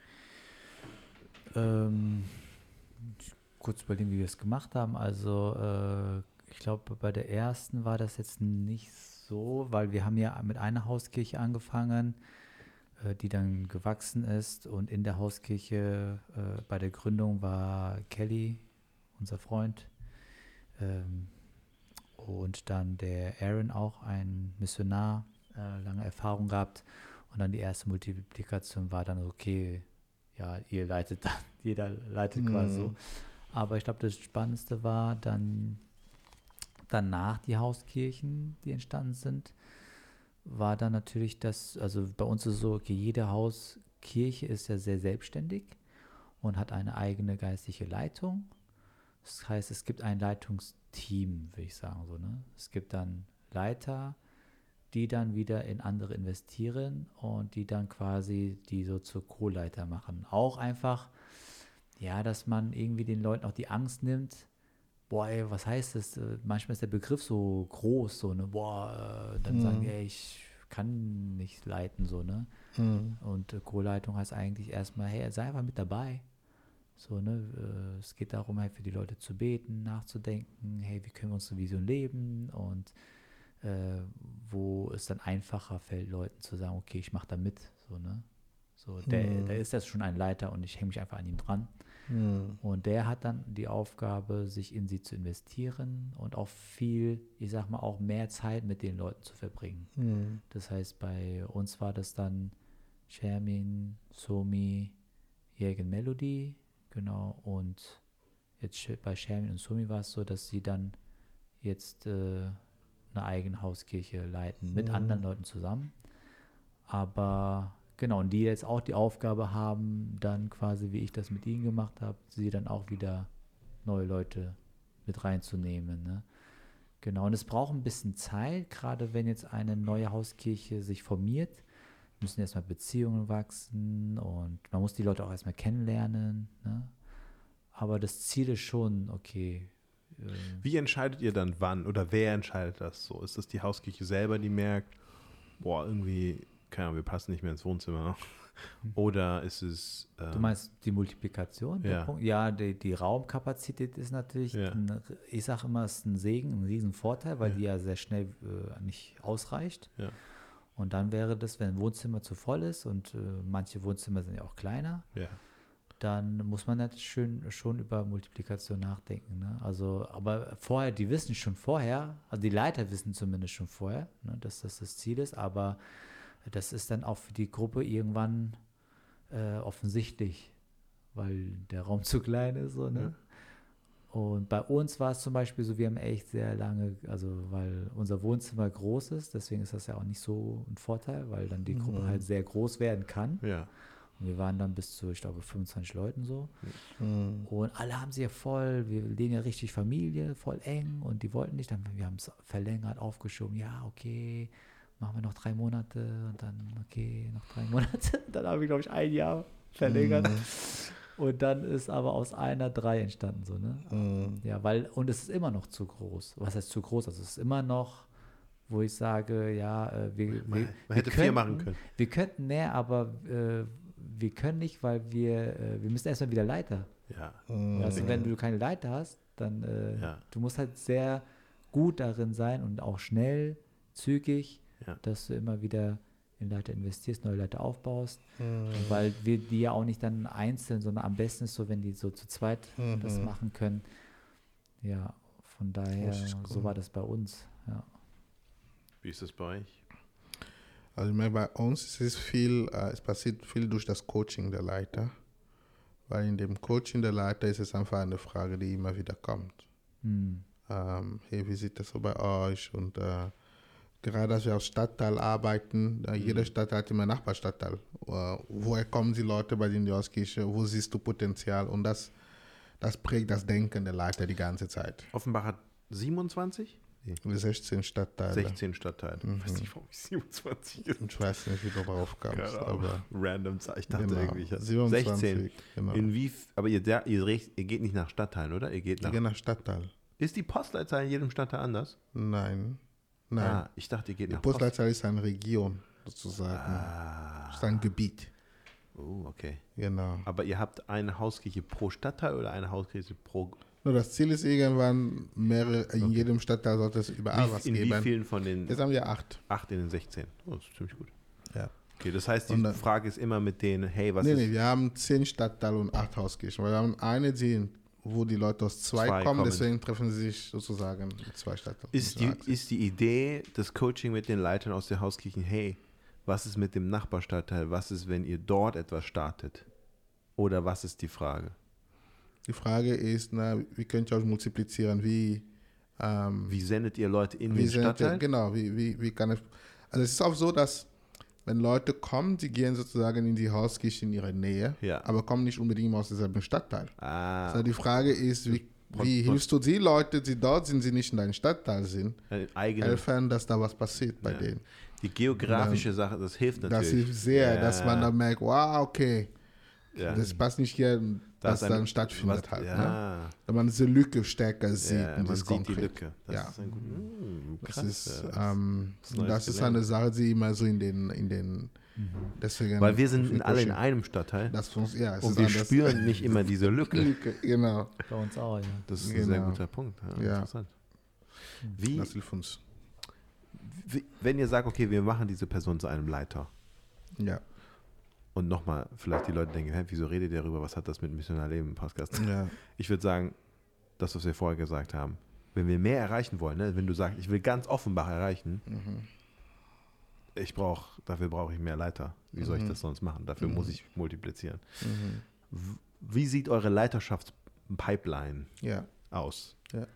Ähm, kurz überlegen, wie wir es gemacht haben. Also äh, ich glaube, bei der ersten war das jetzt nicht so, weil wir haben ja mit einer Hauskirche angefangen, äh, die dann gewachsen ist. Und in der Hauskirche äh, bei der Gründung war Kelly, unser Freund, ähm, und dann der Aaron auch, ein Missionar, äh, lange Erfahrung gehabt. Und dann die erste Multiplikation war dann okay, ja, ihr leitet dann, jeder leitet Mhm. quasi so. Aber ich glaube, das Spannendste war dann danach die Hauskirchen, die entstanden sind, war dann natürlich das, also bei uns ist es so, okay, jede Hauskirche ist ja sehr selbstständig und hat eine eigene geistliche Leitung. Das heißt, es gibt ein Leitungsteam, würde ich sagen, so, ne? Es gibt dann Leiter, die dann wieder in andere investieren und die dann quasi die so zur Co-Leiter machen. Auch einfach, ja, dass man irgendwie den Leuten auch die Angst nimmt, boah, ey, was heißt das? Äh, Manchmal ist der Begriff so groß, so, ne, boah, äh, dann Mhm. sagen die, ey, ich kann nicht leiten, so, ne? Mhm. Und äh, Co-Leitung heißt eigentlich erstmal, hey, sei einfach mit dabei. So, ne, äh, es geht darum, halt für die Leute zu beten, nachzudenken, hey, wie können wir unsere Vision leben und äh, wo es dann einfacher fällt, Leuten zu sagen, okay, ich mache da mit, so, ne? So, der, Mhm. da ist das schon ein Leiter und ich hänge mich einfach an ihm dran. Mhm. Und der hat dann die Aufgabe, sich in sie zu investieren und auch viel, ich sag mal, auch mehr Zeit mit den Leuten zu verbringen. Mhm. Das heißt, bei uns war das dann Shermin, Somi, Jägen Melody, genau, und jetzt Sh- bei Shermin und Somi war es so, dass sie dann jetzt äh, eine eigene Hauskirche leiten, mit Mhm. anderen Leuten zusammen. Aber genau, und die jetzt auch die Aufgabe haben, dann quasi, wie ich das mit ihnen gemacht habe, sie dann auch wieder neue Leute mit reinzunehmen. Ne? Genau, und es braucht ein bisschen Zeit, gerade wenn jetzt eine neue Hauskirche sich formiert, müssen erstmal Beziehungen wachsen und man muss die Leute auch erstmal kennenlernen. Ne? Aber das Ziel ist schon, okay. Äh, Wie entscheidet ihr dann wann oder wer entscheidet das so? Ist das die Hauskirche selber, die merkt, boah, irgendwie, keine Ahnung, wir passen nicht mehr ins Wohnzimmer? Oder ist es... Ähm, Du meinst die Multiplikation? Der ja. Punkt? Ja, die, die Raumkapazität ist natürlich, Ja. ein, ich sage immer, es ist ein Segen, ein Riesenvorteil, weil Ja. die ja sehr schnell äh, nicht ausreicht. Ja. Und dann wäre das, wenn ein Wohnzimmer zu voll ist und äh, manche Wohnzimmer sind ja auch kleiner, Ja. dann muss man natürlich schön, schon über Multiplikation nachdenken. Ne? Also, aber vorher, die wissen schon vorher, also die Leiter wissen zumindest schon vorher, ne, dass das das Ziel ist, aber das ist dann auch für die Gruppe irgendwann äh, offensichtlich, weil der Raum zu klein ist. So, ne? Ja. Und bei uns war es zum Beispiel so, wir haben echt sehr lange, also weil unser Wohnzimmer groß ist, deswegen ist das ja auch nicht so ein Vorteil, weil dann die Mhm. Gruppe halt sehr groß werden kann. Ja. Und wir waren dann bis zu, ich glaube, fünfundzwanzig Leuten so. Mhm. Und alle haben sie ja voll, wir leben ja richtig Familie, voll eng und die wollten nicht, dann wir haben es verlängert, aufgeschoben, ja, okay, machen wir noch drei Monate und dann, okay, noch drei Monate. Dann haben wir, glaube ich, ein Jahr verlängert. Mhm. Und dann ist aber aus einer drei entstanden, so, ne? Mhm. Ja, weil, und es ist immer noch zu groß. Was heißt zu groß? Also es ist immer noch, wo ich sage, ja, äh, wir, Man, wir, man hätte wir vier könnten, machen können. Wir könnten mehr, aber äh, wir können nicht, weil wir, äh, wir müssen erstmal wieder Leiter. Ja. Mhm. Also wenn du keine Leiter hast, dann, äh, Ja. du musst halt sehr gut darin sein und auch schnell, zügig, Ja. dass du immer wieder in Leiter investierst, neue Leiter aufbaust, Mhm. weil wir die ja auch nicht dann einzeln, sondern am besten ist so, wenn die so zu zweit Mhm. das machen können. Ja, von daher, Das ist cool. so war das bei uns. Ja. Wie ist das bei euch? Also ich meine, bei uns ist es viel, äh, es passiert viel durch das Coaching der Leiter. Weil in dem Coaching der Leiter ist es einfach eine Frage, die immer wieder kommt. Hm. Ähm, hey, wie sieht das so bei euch? Und äh, gerade als wir auf Stadtteil arbeiten, äh, jeder Stadtteil hat immer einen Nachbarstadtteil. Äh, woher kommen die Leute bei den Jorskirche? Wo siehst du Potenzial? Und das, das prägt das Denken der Leiter die ganze Zeit. Offenbach hat siebenundzwanzig? die? sechzehn Stadtteile. sechzehn Stadtteile. Mhm. Ich weiß nicht, warum ich siebenundzwanzig ist. Ich weiß nicht, wie du drauf kamst, Keine aber random Zahl. Ich dachte genau. irgendwie, ich hatte siebenundzwanzig, sechzehn. Genau. In wie, aber ihr, der, ihr, rech- ihr geht nicht nach Stadtteilen, oder? Ihr geht Ich nach. gehe nach Stadtteil. Ist die Postleitzahl in jedem Stadtteil anders? Nein. Nein. Ah, ich dachte, ihr geht Die nach Post. Postleitzahl ist eine Region, sozusagen. Ah. Ist ein Gebiet. Oh, okay. Genau. Aber ihr habt eine Hauskirche pro Stadtteil oder eine Hauskirche pro. Nur das Ziel ist irgendwann, mehrere, in Okay. jedem Stadtteil sollte es überall Wie, was in geben. wie vielen von den Jetzt haben wir acht. acht in den sechzehn? Oh, das ist ziemlich gut. Ja. Okay, das heißt, die Und dann- Frage ist immer mit denen, hey, was Nee, ist. nee, wir haben zehn Stadtteile und acht Hauskirchen. Weil wir haben eine, die, wo die Leute aus zwei, Zwei kommen, kommen. deswegen treffen sie sich sozusagen in zwei Stadtteilen. Ist die, ist die Idee des Coaching mit den Leitern aus der Hauskirchen, hey, was ist mit dem Nachbarstadtteil? Was ist, wenn ihr dort etwas startet? Oder was ist die Frage? Die Frage ist, na, wie könnt ihr euch multiplizieren? Wie, ähm, Wie sendet ihr Leute in wie den sind, Stadtteil? genau, wie, wie, wie kann ich, also es ist auch so, dass wenn Leute kommen, die gehen sozusagen in die Hauskirche in ihre Nähe, Ja. aber kommen nicht unbedingt aus demselben Stadtteil. Ah, Also die Frage ist, wie, Pon- wie pon- hilfst du die Leute, die dort sind, die nicht in deinem Stadtteil sind, eine eigene, helfen, dass da was passiert bei Ja. denen. die geografische Sache, das hilft Das natürlich. hilft sehr, Ja. dass man dann merkt, wow, okay, ja. das passt nicht hier, Da was ist eine- dann stattfindet was- halt. Ne? Ja, Wenn man diese Lücke stärker sieht, ja und man das sieht die konkret. Lücke. Das Ja. ist ein gut, mm, Das krass, ist, ja. ähm, ist Neues das ist gelernt. eine Sache, die immer so in den, in den, deswegen. Weil wir sind für alle in Coaching- einem Stadtteil Das funkt- ja, es und ist wir anders. spüren nicht immer diese Lücke. Lücke, genau. Bei uns auch, ja. Das ist ein sehr Genau. guter Punkt. Ja, Ja. Interessant. Wie, Das hilft uns. wie, wenn ihr sagt, okay, wir machen diese Person zu einem Leiter Ja. und nochmal, vielleicht die Leute denken, hä, wieso redet ihr darüber, was hat das mit Missionarleben im Podcast? Ja. Ich würde sagen, das, was wir vorher gesagt haben, wenn wir mehr erreichen wollen, ne, wenn du sagst, ich will ganz Offenbach erreichen, Mhm. ich brauche, dafür brauche ich mehr Leiter. Wie soll ich Mhm. das sonst machen? Dafür Mhm. muss ich multiplizieren. Mhm. W- Wie sieht eure Leiterschaftspipeline Ja. aus?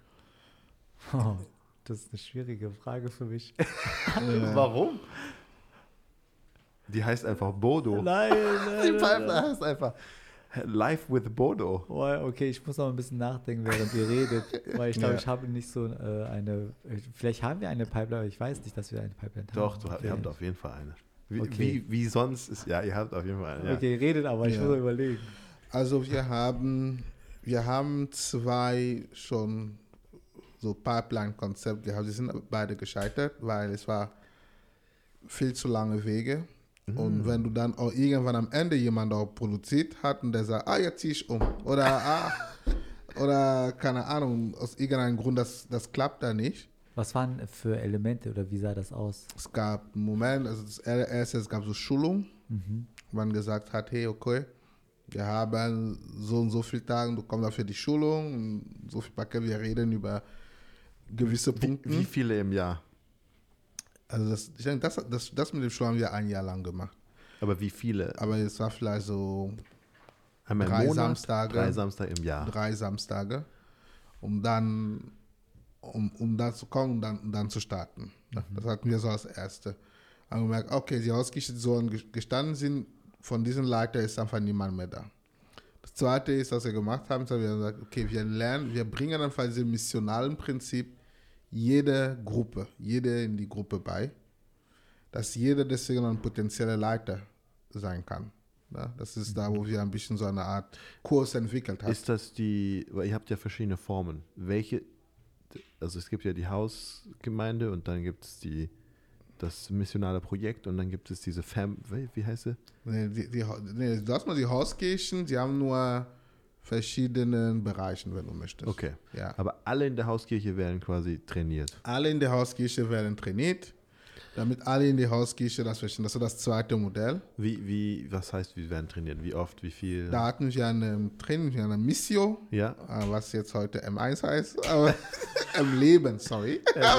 Oh, das ist eine schwierige Frage für mich. Ja. Warum? Die heißt einfach Bodo. Nein, nein, Die nein, Pipeline nein. heißt einfach Life with Bodo. Oh, okay, ich muss noch ein bisschen nachdenken, während ihr redet, weil ich glaube, Ja. ich habe nicht so äh, eine, vielleicht haben wir eine Pipeline, aber ich weiß nicht, dass wir eine Pipeline haben. Doch, du, okay. ihr habt auf jeden Fall eine. Wie, Okay. wie, wie sonst ist, ja, ihr habt auf jeden Fall eine. Ja. Okay, redet aber, ich Ja. muss mal überlegen. Also wir haben, wir haben zwei schon so Pipeline-Konzepte gehabt. Die sind beide gescheitert, weil es war viel zu lange Wege. Mhm. Und wenn du dann auch irgendwann am Ende jemand auch produziert hat und der sagt, ah, jetzt ziehe ich um. Oder, ah, oder keine Ahnung, aus irgendeinem Grund, das, das klappt da nicht. Was waren für Elemente oder wie sah das aus? Es gab einen Moment, also das erste, es gab so Schulung, Mhm. wo man gesagt hat, hey, okay, wir haben so und so viele Tage, du kommst dafür die Schulung, und so viel Paket, wir reden über gewisse Punkte. Wie viele im Jahr? Also das, ich denke, das, das, das mit dem Schul haben wir ein Jahr lang gemacht. Aber wie viele? Aber es war vielleicht so Einmal im drei Monat? Samstage. Drei Samstage im Jahr. drei Samstage, um dann, um, um da zu kommen und dann, und dann zu starten. Das hatten wir so als Erste. Haben gemerkt, okay, die Hauskirche, die so gestanden sind, von diesen Leiter ist einfach niemand mehr da. Das Zweite ist, was wir gemacht haben, ist, wir haben gesagt, okay, wir lernen, wir bringen einfach dieses missionalen Prinzip jede Gruppe, jede in die Gruppe bei, dass jeder deswegen ein potenzieller Leiter sein kann. Ja, das ist da, wo wir ein bisschen so eine Art Kurs entwickelt haben. Ist das die, weil ihr habt ja verschiedene Formen. Welche, also es gibt ja die Hausgemeinde und dann gibt es die, das missionale Projekt und dann gibt es diese Fam, wie wie heißt sie? Nee, die, die, nee, du hast mal die Hauskirchen, die haben nur verschiedene Bereiche, wenn du möchtest. Okay. Ja. Aber alle in der Hauskirche werden quasi trainiert. Alle in der Hauskirche werden trainiert, damit alle in der Hauskirche das verstehen. Das ist so das zweite Modell. Wie, wie, was heißt, wir werden trainiert? Wie oft, wie viel? Da hatten wir eine Training, eine Missio, Ja. äh, was jetzt heute M eins heißt, aber im Leben, sorry.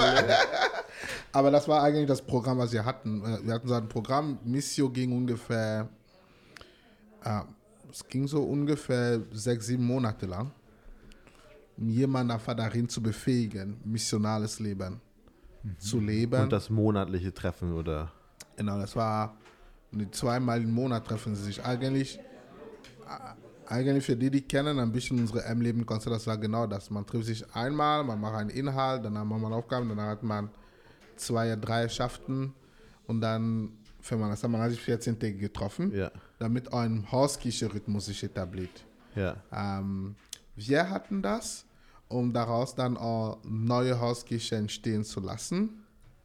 Aber das war eigentlich das Programm, was wir hatten. Äh, Wir hatten so ein Programm, Missio ging ungefähr, äh, es ging so ungefähr sechs, sieben Monate lang, um jemanden einfach darin zu befähigen, missionales Leben zu leben. Und das monatliche Treffen oder? Genau, das war die zweimal im Monat treffen sie sich. Eigentlich, äh, Eigentlich für die, die kennen, ein bisschen unsere M-Leben-Konzept, das war genau das. Man trifft sich einmal, man macht einen Inhalt, dann macht man Aufgaben, dann hat man zwei, drei Schaften und dann, wenn man das hat, man hat sich vierzehn Tage getroffen, Ja. damit ein Hauskirche-Rhythmus sich etabliert. Ja. Ähm, wir hatten das, um daraus dann auch neue Hauskirche entstehen zu lassen.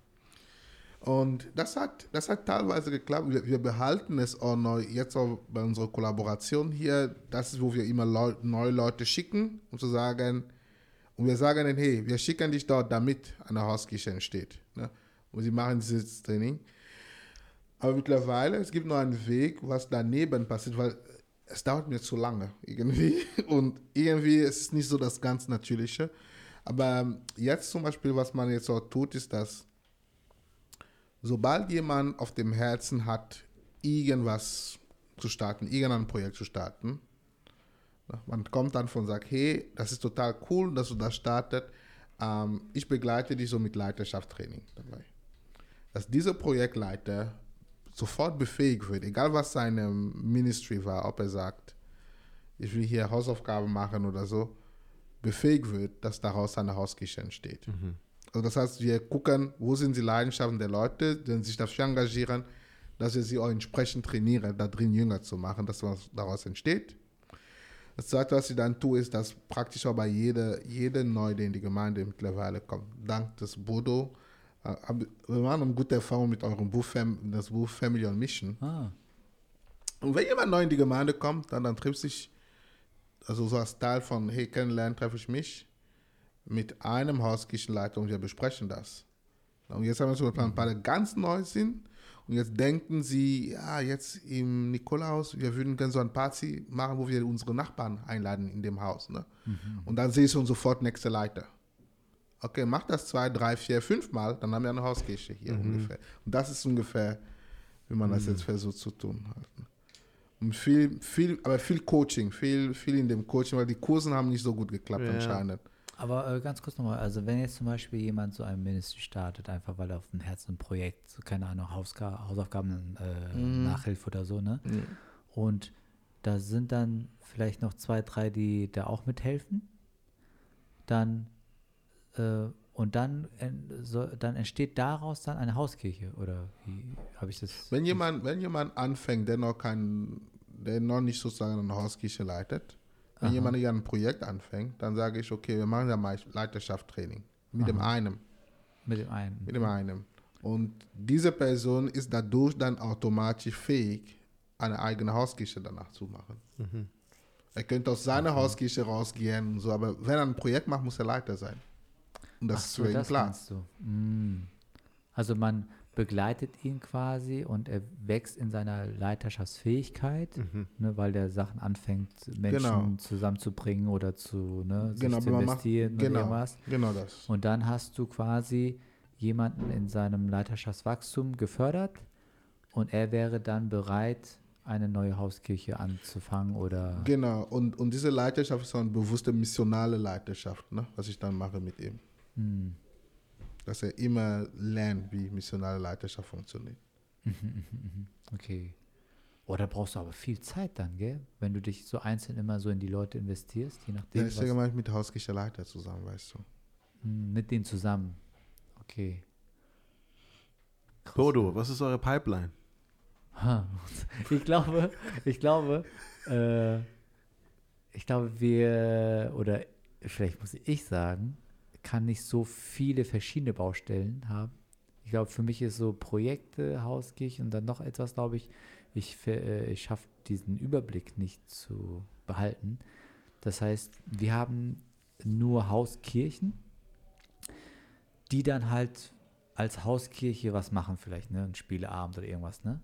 Und das hat, das hat teilweise geklappt. Wir, wir behalten es auch neu, jetzt auch bei unserer Kollaboration hier. Das ist, wo wir immer Leu- neue Leute schicken, um zu sagen, und wir sagen denen, hey, wir schicken dich dort, damit eine Hauskirche entsteht. Ne? Und sie machen dieses Training. Aber mittlerweile, es gibt noch einen Weg, was daneben passiert, weil es dauert mir zu lange irgendwie. Und irgendwie ist es nicht so das ganz Natürliche. Aber jetzt zum Beispiel, was man jetzt auch tut, ist, dass sobald jemand auf dem Herzen hat, irgendwas zu starten, irgendein Projekt zu starten, man kommt dann von und sagt, hey, das ist total cool, dass du das startet. Ähm, ich begleite dich so mit Leiterschaftstraining dabei. Dass dieser Projektleiter sofort befähigt wird, egal was seine Ministry war, ob er sagt, ich will hier Hausaufgaben machen oder so, befähigt wird, dass daraus eine Hauskirche entsteht. Mhm. Also das heißt, wir gucken, wo sind die Leidenschaften der Leute, die sich dafür engagieren, dass wir sie auch entsprechend trainieren, da drin Jünger zu machen, dass was daraus entsteht. Das Zweite, was ich dann tue, ist, dass praktisch auch bei jeder, jeder Neu, der in die Gemeinde mittlerweile kommt, dank des Bodo, äh, wir machen eine gute Erfahrung mit eurem Buch, das Buch Family on Mission. Ah. Und wenn jemand neu in die Gemeinde kommt, dann, dann trifft sich, also so als Teil von, hey, kennenlernen, treffe ich mich mit einem Hauskirchenleiter und wir besprechen das. Und jetzt haben wir so ein paar, die ganz neu sind und jetzt denken sie, ja, jetzt im Nikolaus, wir würden gerne so eine Party machen, wo wir unsere Nachbarn einladen in dem Haus. Ne? Mhm. Und dann siehst du sofort nächste Leiter. Okay, mach das zwei, drei, vier, fünf Mal, dann haben wir eine Hauskirche hier mhm. ungefähr. Und das ist ungefähr, wie man mhm. das jetzt versucht zu tun hat. Und viel, viel, aber viel Coaching, viel, viel in dem Coaching, weil die Kursen haben nicht so gut geklappt ja. anscheinend. Aber äh, ganz kurz nochmal, also wenn jetzt zum Beispiel jemand so ein Ministry startet, einfach weil er auf dem Herzen ein Projekt, so, keine Ahnung, Hauska- Hausaufgaben, äh, mhm. Nachhilfe oder so, ne? Mhm. Und da sind dann vielleicht noch zwei, drei, die da auch mithelfen. Dann, äh, und dann, äh, so, dann entsteht daraus dann eine Hauskirche, oder wie habe ich das? Wenn jemand, wenn jemand anfängt, der noch kein, der noch nicht sozusagen eine Hauskirche leitet, wenn Aha. jemand hier ein Projekt anfängt, dann sage ich, okay, wir machen ja mal Leiterschaftstraining. Mit Aha. dem einen. Mit dem einen. Mit dem einen. Und diese Person ist dadurch dann automatisch fähig, eine eigene Hauskirche danach zu machen. Mhm. Er könnte aus seiner mhm. Hauskirche rausgehen und so, aber wenn er ein Projekt macht, muss er Leiter sein. Und das Ach ist so, für ihn das klar. Du. Mm. Also man begleitet ihn quasi und er wächst in seiner Leiterschaftsfähigkeit, mhm. ne, weil der Sachen anfängt, Menschen genau. zusammenzubringen oder zu, ne, sich genau, zu investieren macht, genau, oder irgendwas. Genau das. Und dann hast du quasi jemanden in seinem Leiterschaftswachstum gefördert und er wäre dann bereit, eine neue Hauskirche anzufangen oder... Genau, und, und diese Leiterschaft ist eine bewusste missionale Leiterschaft, ne, was ich dann mache mit ihm. Hm. Dass er immer lernt, wie missionale Leiterschaft funktioniert. Okay. Oder brauchst du aber viel Zeit dann, gell? Wenn du dich so einzeln immer so in die Leute investierst, je nachdem. Ja, deswegen mache ich mit Hauskirche Leiter zusammen, weißt du. Mit denen zusammen. Okay. Krass. Bodo, was ist eure Pipeline? Ich glaube, ich glaube, äh, ich glaube, wir, oder vielleicht muss ich sagen, kann nicht so viele verschiedene Baustellen haben. Ich glaube, für mich ist so Projekte, Hauskirche und dann noch etwas, glaube ich, ich, äh, ich schaffe diesen Überblick nicht zu behalten. Das heißt, wir haben nur Hauskirchen, die dann halt als Hauskirche was machen vielleicht, ne, ein Spieleabend oder irgendwas, ne?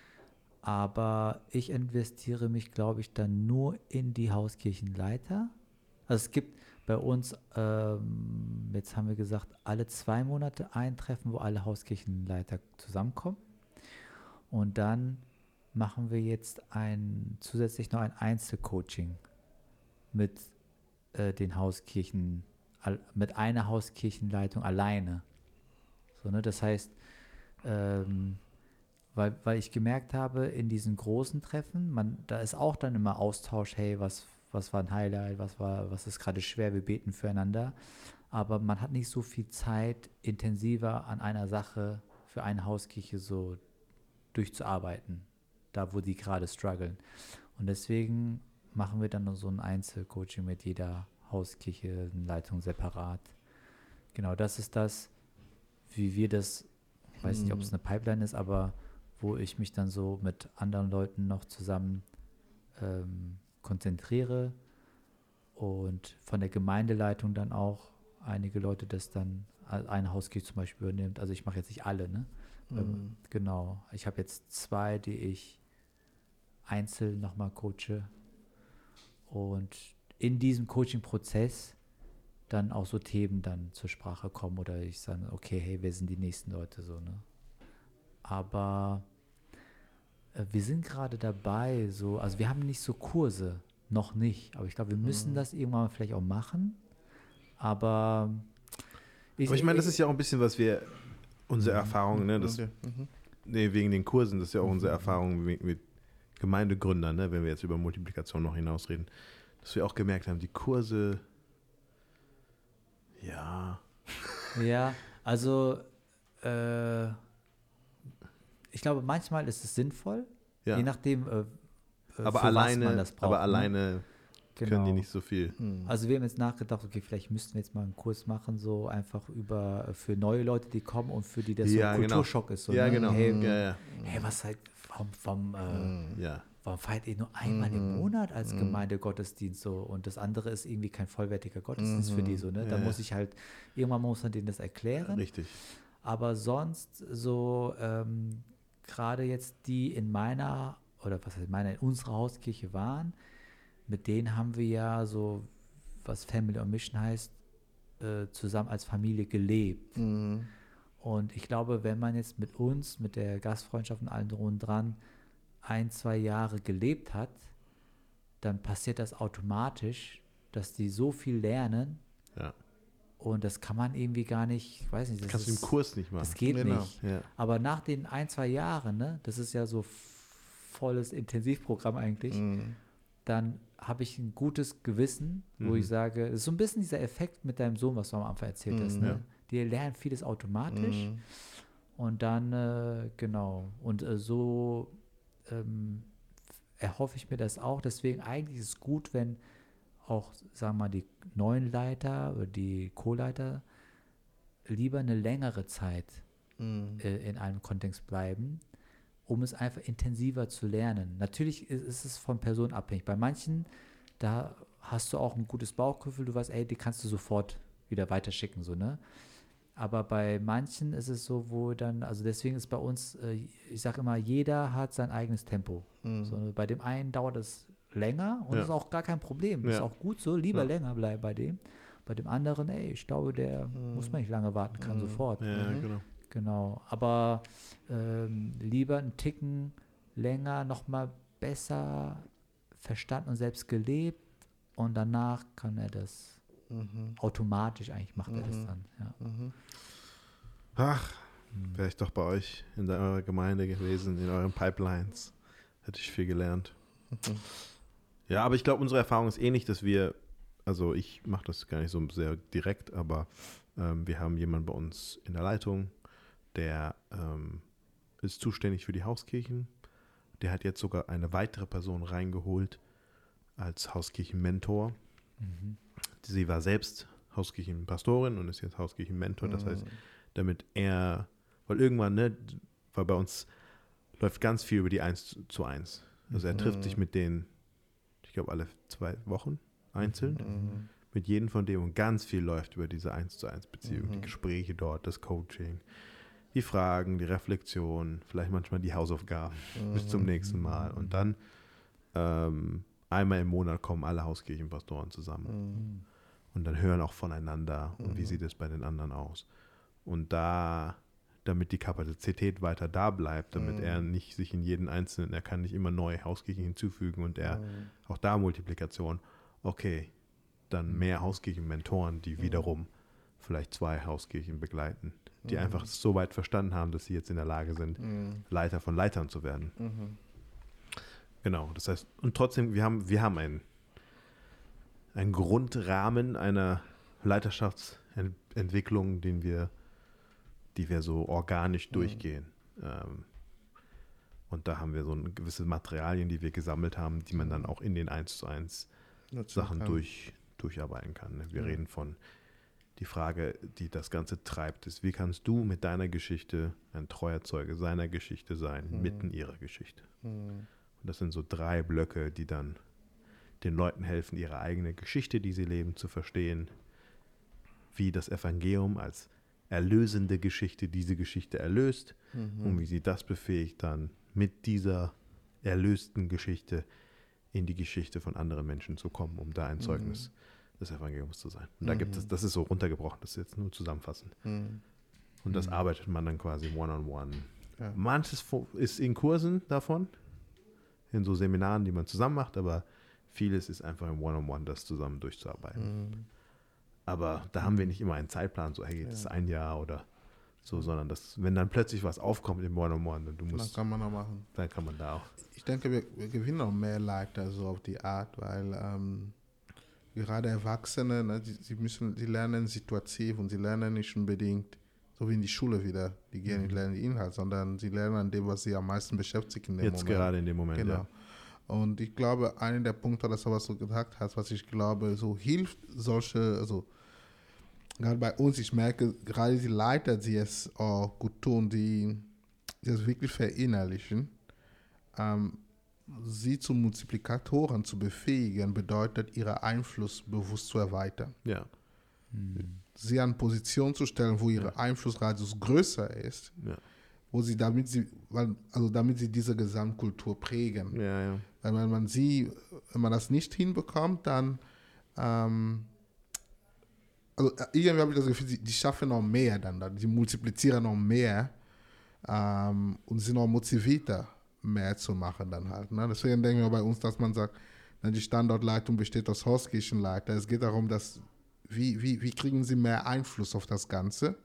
Aber ich investiere mich, glaube ich, dann nur in die Hauskirchenleiter. Also es gibt bei uns, ähm, jetzt haben wir gesagt, alle zwei Monate ein Treffen, wo alle Hauskirchenleiter zusammenkommen. Und dann machen wir jetzt ein, zusätzlich noch ein Einzelcoaching mit äh, den Hauskirchen, all, mit einer Hauskirchenleitung alleine. So, ne? Das heißt, ähm, weil, weil ich gemerkt habe, in diesen großen Treffen, man, da ist auch dann immer Austausch, hey, was, was war ein Highlight, was war, was ist gerade schwer, wir beten füreinander. Aber man hat nicht so viel Zeit, intensiver an einer Sache für eine Hauskirche so durchzuarbeiten, da wo die gerade strugglen. Und deswegen machen wir dann so ein Einzelcoaching mit jeder Hauskirchenleitung separat. Genau, das ist das, wie wir das, ich weiß nicht, ob es eine Pipeline ist, aber wo ich mich dann so mit anderen Leuten noch zusammen ähm, konzentriere und von der Gemeindeleitung dann auch einige Leute das dann, eine Hauskirche zum Beispiel übernimmt. Also ich mache jetzt nicht alle, ne? Mhm. Ähm, genau. Ich habe jetzt zwei, die ich einzeln nochmal coache. Und in diesem Coaching-Prozess dann auch so Themen dann zur Sprache kommen oder ich sage, okay, hey, wer sind die nächsten Leute so, ne? Aber äh, wir sind gerade dabei, so, also wir haben nicht so Kurse, noch nicht, aber ich glaube, wir müssen Mhm. das irgendwann vielleicht auch machen. Aber ich, Aber ich meine, das ist ja auch ein bisschen, was wir, unsere Erfahrungen, ne, das, Okay. Mhm. nee, wegen den Kursen, das ist ja auch unsere Erfahrung mit, mit Gemeindegründern, ne, wenn wir jetzt über Multiplikation noch hinausreden, dass wir auch gemerkt haben, die Kurse, ja. ja, also äh, ich glaube, manchmal ist es sinnvoll, ja. je nachdem, äh, aber für alleine, was man das braucht. aber ne? alleine Genau. können die nicht so viel. Also wir haben jetzt nachgedacht, okay, vielleicht müssten wir jetzt mal einen Kurs machen, so einfach über für neue Leute, die kommen und für die das Ja, so ein genau. Kulturschock ist. So, Ja, ne? genau. Hey, Ja, ja. hey, was halt, warum, warum, äh, Ja. warum feiert ihr nur einmal im Monat als Gemeinde Gottesdienst so und das andere ist irgendwie kein vollwertiger Gottesdienst für die so, ne? Da Ja, muss ja. ich halt, irgendwann muss man denen das erklären. Richtig. Aber sonst so, ähm, gerade jetzt die in meiner, oder was heißt meiner, in unserer Hauskirche waren, mit denen haben wir ja so, was Family on Mission heißt, äh, zusammen als Familie gelebt. Mhm. Und ich glaube, wenn man jetzt mit uns, mit der Gastfreundschaft und allem drum und dran, ein, zwei Jahre gelebt hat, dann passiert das automatisch, dass die so viel lernen Ja. und das kann man irgendwie gar nicht, ich weiß nicht, das Kannst du ist, im Kurs nicht machen. das geht Genau. nicht. Ja. Aber nach den ein, zwei Jahren, ne, das ist ja so volles Intensivprogramm eigentlich, Mhm. dann habe ich ein gutes Gewissen, wo Mhm. ich sage, es ist so ein bisschen dieser Effekt mit deinem Sohn, was du am Anfang erzählt hast. Ne? Ja. Die lernen vieles automatisch Mhm. und dann, äh, genau, und äh, so ähm, erhoffe ich mir das auch. Deswegen eigentlich ist es gut, wenn auch, sagen wir mal, die neuen Leiter oder die Co-Leiter lieber eine längere Zeit Mhm. äh, in einem Kontext bleiben, um es einfach intensiver zu lernen. Natürlich ist, ist es von Person abhängig. Bei manchen, da hast du auch ein gutes Bauchgefühl, du weißt, ey, die kannst du sofort wieder weiterschicken, so, ne? Aber bei manchen ist es so, wo dann, also deswegen ist bei uns, äh, ich sage immer, jeder hat sein eigenes Tempo. Mhm. So, bei dem einen dauert es länger und Ja. das ist auch gar kein Problem. Das Ja. ist auch gut so, lieber Ja. länger bleiben bei dem. Bei dem anderen, ey, ich glaube, der muss man nicht lange warten, kann sofort. Ja, Mhm. genau. Genau, aber ähm, lieber einen Ticken länger, nochmal besser verstanden und selbst gelebt und danach kann er das Mhm. automatisch eigentlich, macht er das Mhm. dann. Ja. Mhm. Ach, wäre ich doch bei euch in eurer Gemeinde gewesen, in euren Pipelines. Hätte ich viel gelernt. Mhm. Ja, aber ich glaube, unsere Erfahrung ist ähnlich, dass wir, also ich mache das gar nicht so sehr direkt, aber ähm, wir haben jemanden bei uns in der Leitung, der ähm, ist zuständig für die Hauskirchen. Der hat jetzt sogar eine weitere Person reingeholt als Hauskirchenmentor. Mhm. Sie war selbst Hauskirchenpastorin und ist jetzt Hauskirchenmentor. Das heißt, damit er, weil irgendwann, ne, weil bei uns läuft ganz viel über die eins zu eins. Also er trifft sich mit denen, ich glaube, alle zwei Wochen einzeln, Mhm. mit jedem von dem und ganz viel läuft über diese eins zu eins Beziehung, Mhm. die Gespräche dort, das Coaching, die Fragen, die Reflexion, vielleicht manchmal die Hausaufgaben bis zum nächsten Mal. Und dann ähm, einmal im Monat kommen alle Hauskirchenpastoren zusammen. Mhm. Und dann hören auch voneinander und wie sieht es bei den anderen aus. Und da, damit die Kapazität weiter da bleibt, damit er nicht sich in jeden Einzelnen, er kann nicht immer neue Hauskirchen hinzufügen und er, auch da Multiplikation, okay, dann mehr Hauskirchen-Mentoren, die wiederum vielleicht zwei Hauskirchen begleiten, die mhm. einfach so weit verstanden haben, dass sie jetzt in der Lage sind, mhm. Leiter von Leitern zu werden. Mhm. Genau, das heißt, und trotzdem, wir haben, wir haben einen, einen Grundrahmen einer Leiterschaftsentwicklung, den wir, die wir so organisch mhm. durchgehen. Ähm, und da haben wir so eine gewisse Materialien, die wir gesammelt haben, die man dann auch in den eins zu eins Sachen durch, durcharbeiten kann. Wir ja. reden von die Frage, die das Ganze treibt, ist, wie kannst du mit deiner Geschichte ein treuer Zeuge seiner Geschichte sein, mhm. mitten ihrer Geschichte. Mhm. Und das sind so drei Blöcke, die dann den Leuten helfen, ihre eigene Geschichte, die sie leben, zu verstehen, wie das Evangelium als erlösende Geschichte diese Geschichte erlöst mhm. und wie sie das befähigt, dann mit dieser erlösten Geschichte in die Geschichte von anderen Menschen zu kommen, um da ein Zeugnis mhm. des Evangeliums zu sein. Und da mhm. gibt es, das ist so runtergebrochen, das ist jetzt nur zusammenfassen. Mhm. Und das mhm. arbeitet man dann quasi one-on-one. Ja. Manches ist in Kursen davon, in so Seminaren, die man zusammen macht, aber vieles ist einfach im One-on-One, das zusammen durchzuarbeiten. Mhm. Aber da haben wir nicht immer einen Zeitplan, so hey, geht es ja. ein Jahr oder so, sondern das, wenn dann plötzlich was aufkommt im One-on-One, dann du musst, dann kann man auch machen. Dann kann man da auch. Ich denke, wir, wir gewinnen auch mehr Leiter so auf die Art, weil ähm, gerade Erwachsene, ne, die, sie müssen, sie lernen situativ und sie lernen nicht unbedingt, so wie in die Schule wieder, die gehen nicht lernen die Inhalt, sondern sie lernen an dem, was sie am meisten beschäftigt in dem Jetzt Moment. Jetzt gerade in dem Moment, genau. ja. Und ich glaube, einer der Punkte, das was du gesagt hast, was ich glaube, so hilft solche, also gerade bei uns, ich merke, gerade die Leiter, die es auch gut tun, die, die es wirklich verinnerlichen, ähm, sie zu Multiplikatoren zu befähigen, bedeutet, ihren Einfluss bewusst zu erweitern. Ja. Hm. Sie an Position zu stellen, wo ihr ja. Einflussradius größer ist, ja. wo sie damit sie, also damit sie diese Gesamtkultur prägen. Ja, ja. Weil wenn man sie, wenn man das nicht hinbekommt, dann ähm, also irgendwie habe ich das Gefühl, die, die schaffen noch mehr dann, die multiplizieren noch mehr ähm, und sind noch motivierter, mehr zu machen dann halt. Ne? Deswegen denken wir bei uns, dass man sagt, die Standortleitung besteht aus Hauskirchenleiter. Es geht darum, dass wie, wie, wie kriegen sie mehr Einfluss auf das Ganze,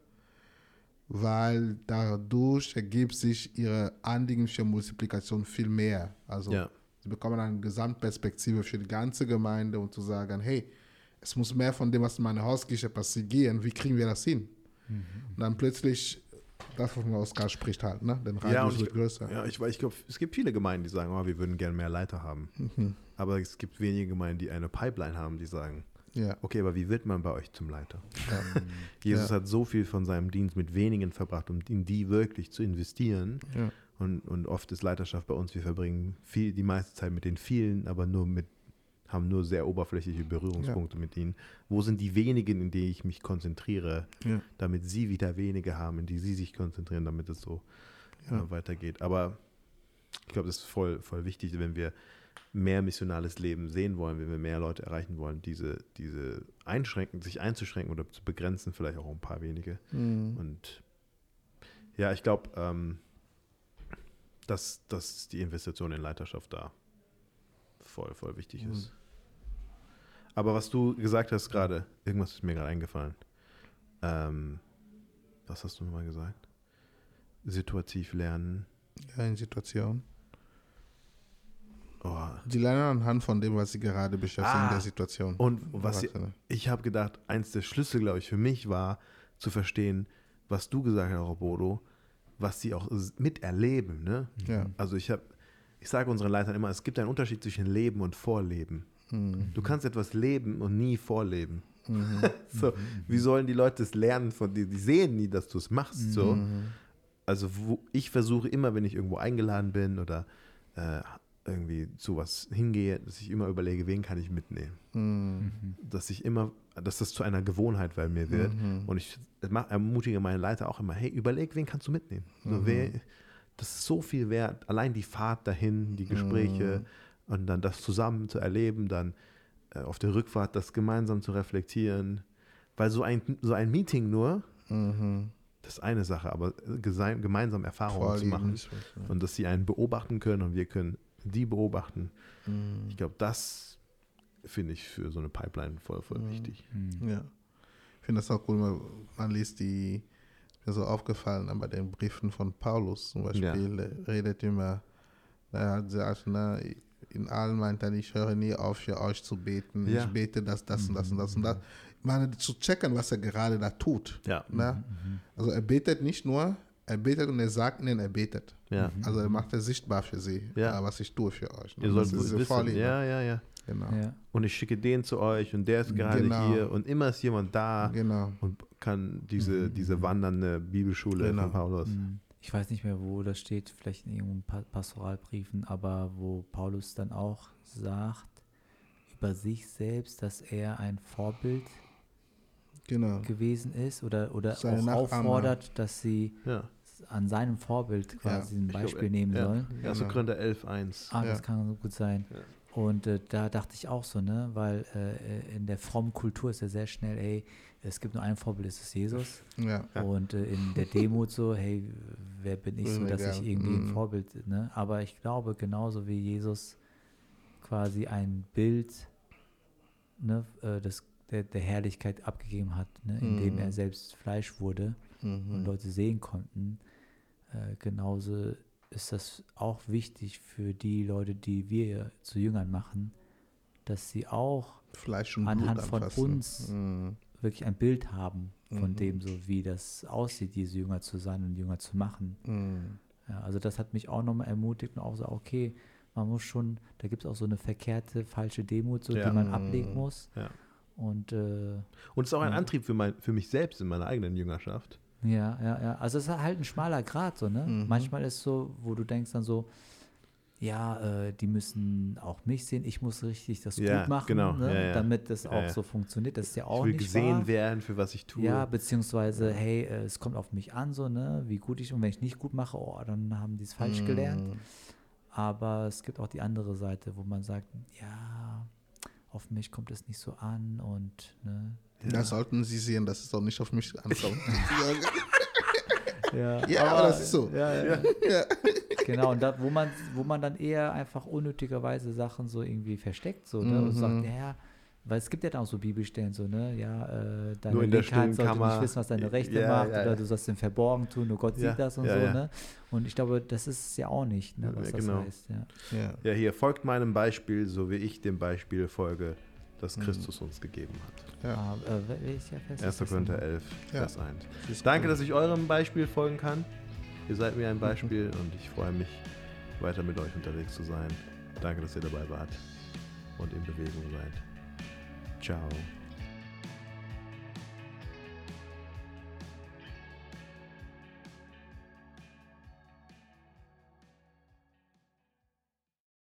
weil dadurch ergibt sich ihre Anliegen für Multiplikation viel mehr. Also ja. sie bekommen eine Gesamtperspektive für die ganze Gemeinde und zu sagen, hey, es muss mehr von dem, was in meiner Hauskirche passiert, gehen. Wie kriegen wir das hin? Mhm. Und dann plötzlich, das, wovon Oskar spricht halt, ne? Den Radius ja, wird ich, größer. Ja, ich, ich glaube, es gibt viele Gemeinden, die sagen, oh, wir würden gerne mehr Leiter haben. Mhm. Aber es gibt wenige Gemeinden, die eine Pipeline haben, die sagen, ja. okay, aber wie wird man bei euch zum Leiter? Ja. Jesus ja. hat so viel von seinem Dienst mit wenigen verbracht, um in die wirklich zu investieren. Ja. Und, und oft ist Leiterschaft bei uns, wir verbringen viel, die meiste Zeit mit den vielen, aber nur mit haben nur sehr oberflächliche Berührungspunkte ja. mit ihnen. Wo sind die wenigen, in die ich mich konzentriere, ja. damit sie wieder wenige haben, in die sie sich konzentrieren, damit es so ja. äh, weitergeht. Aber ich glaube, das ist voll, voll wichtig, wenn wir mehr missionales Leben sehen wollen, wenn wir mehr Leute erreichen wollen, diese, diese einschränken, sich einzuschränken oder zu begrenzen, vielleicht auch ein paar wenige. Mhm. Und ja, ich glaube, ähm, dass, dass die Investition in Leiterschaft da voll, voll wichtig mhm. ist. Aber was du gesagt hast gerade, irgendwas ist mir gerade eingefallen. Ähm, was hast du nochmal gesagt? Situativ lernen. Ja, in Situation. Oh. Die lernen anhand von dem, was sie gerade beschäftigen, ah, in der Situation. Und was sie, ich habe gedacht, eins der Schlüssel, glaube ich, für mich war, zu verstehen, was du gesagt hast, Bodo, was sie auch miterleben. Ne? Ja. Also ich habe, ich sage unseren Leitern immer, es gibt einen Unterschied zwischen Leben und Vorleben. Mhm. Du kannst etwas leben und nie vorleben. Mhm. so, mhm. Wie sollen die Leute es lernen von dir? Die sehen nie, dass du es machst. Mhm. So. Also wo, ich versuche immer, wenn ich irgendwo eingeladen bin oder äh, irgendwie zu was hingehe, dass ich immer überlege, wen kann ich mitnehmen. Mhm. Dass ich immer, dass das zu einer Gewohnheit bei mir wird. Mhm. Und ich ermutige meine Leiter auch immer, hey, überleg, wen kannst du mitnehmen? Mhm. So, wer, das ist so viel wert. Allein die Fahrt dahin, die Gespräche mhm. und dann das zusammen zu erleben, dann äh, auf der Rückfahrt das gemeinsam zu reflektieren. Weil so ein, so ein Meeting nur, mhm. das ist eine Sache, aber gese- gemeinsam Erfahrungen Voll zu machen was, ja. und dass sie einen beobachten können und wir können die beobachten. Mhm. Ich glaube, das finde ich für so eine Pipeline voll, voll mhm. wichtig. Ja. Ich finde das auch cool, man, man liest die mir so aufgefallen, bei den Briefen von Paulus zum Beispiel, ja. redet immer, er hat gesagt, na, in allen meint er, ich höre nie auf, für euch zu beten. Ja. Ich bete das, das und das und das und das. Ich meine, zu checken, was er gerade da tut. Ja. Ne? Also er betet nicht nur, er betet und er sagt ihnen, er betet. Ja. Also er macht es sichtbar für sie, ja. was ich tue für euch. Ne? Ihr sollt wissen. Vorliebe. Ja, ja, ja. Genau. Ja. Und ich schicke den zu euch und der ist gerade genau. hier und immer ist jemand da genau. und kann diese, mhm. diese wandernde Bibelschule genau. von Paulus. Mhm. Ich weiß nicht mehr, wo das steht, vielleicht in irgendeinem Pastoralbriefen, aber wo Paulus dann auch sagt über sich selbst, dass er ein Vorbild genau. gewesen ist oder, oder auch auffordert, dass sie ja. an seinem Vorbild quasi ja. ein Beispiel glaube, nehmen ja. sollen. erster Genau. Korinther elf eins. Ah, das ja. kann so gut sein. Ja. Und äh, da dachte ich auch so, ne, weil äh, in der frommen Kultur ist ja sehr schnell, ey, es gibt nur ein Vorbild, das ist Jesus. Ja. Und äh, in der Demut so, hey, wer bin ich so, dass ich irgendwie ein Vorbild, ne? Aber ich glaube, genauso wie Jesus quasi ein Bild, ne, äh, das, der, der Herrlichkeit abgegeben hat, ne, indem er selbst Fleisch wurde mhm. und Leute sehen konnten, äh, genauso ist das auch wichtig für die Leute, die wir zu Jüngern machen, dass sie auch Fleisch und anhand Blut von anfassen. uns mhm. wirklich ein Bild haben von mhm. dem, so wie das aussieht, diese Jünger zu sein und Jünger zu machen. Mhm. Ja, also das hat mich auch nochmal ermutigt und auch so, okay, man muss schon, da gibt es auch so eine verkehrte, falsche Demut, so, ja. die man ablegen muss. Ja. Und, äh, und es ist auch ein ja. Antrieb für, mein, für mich selbst in meiner eigenen Jüngerschaft. Ja, ja, ja. Also es ist halt ein schmaler Grat, so, ne? Mhm. Manchmal ist so, wo du denkst dann so, ja, äh, die müssen auch mich sehen, ich muss richtig das ja, gut machen, genau. ne? ja, ja. damit das ja, auch ja. so funktioniert. Das ist ja auch ich will nicht gesehen wahr. werden für was ich tue. Ja, beziehungsweise, hey, äh, es kommt auf mich an, so, ne, wie gut ich, und wenn ich nicht gut mache, oh, dann haben die es falsch mhm. gelernt. Aber es gibt auch die andere Seite, wo man sagt, ja, auf mich kommt es nicht so an und, ne. Ja. Da sollten Sie sehen, dass es auch nicht auf mich ankommt. Ja, ja aber, aber das ist so. Ja, ja. Ja. Genau, und da, wo man, wo man dann eher einfach unnötigerweise Sachen so irgendwie versteckt, so, ne, mhm. und sagt, ja, weil es gibt ja dann auch so Bibelstellen, so, ne, ja, äh, deine nur in der linke Hand sollte Kammer. nicht wissen, was deine rechte ja, macht, ja, oder ja. du sollst den Verborgen tun, nur Gott ja, sieht das und ja, so, ja. ne, und ich glaube, das ist es ja auch nicht, ne, was ja, das genau. heißt, ja. Ja. Ja, hier, folgt meinem Beispiel, so wie ich dem Beispiel folge, das Christus uns gegeben hat. Ja. Ah, äh, welcher Vers ist erster das Korinther denn? elf, Ja. Vers eins. ist Danke, cool. dass ich eurem Beispiel folgen kann. Ihr seid mir ein Beispiel mhm. und ich freue mich, weiter mit euch unterwegs zu sein. Danke, dass ihr dabei wart und in Bewegung seid. Ciao.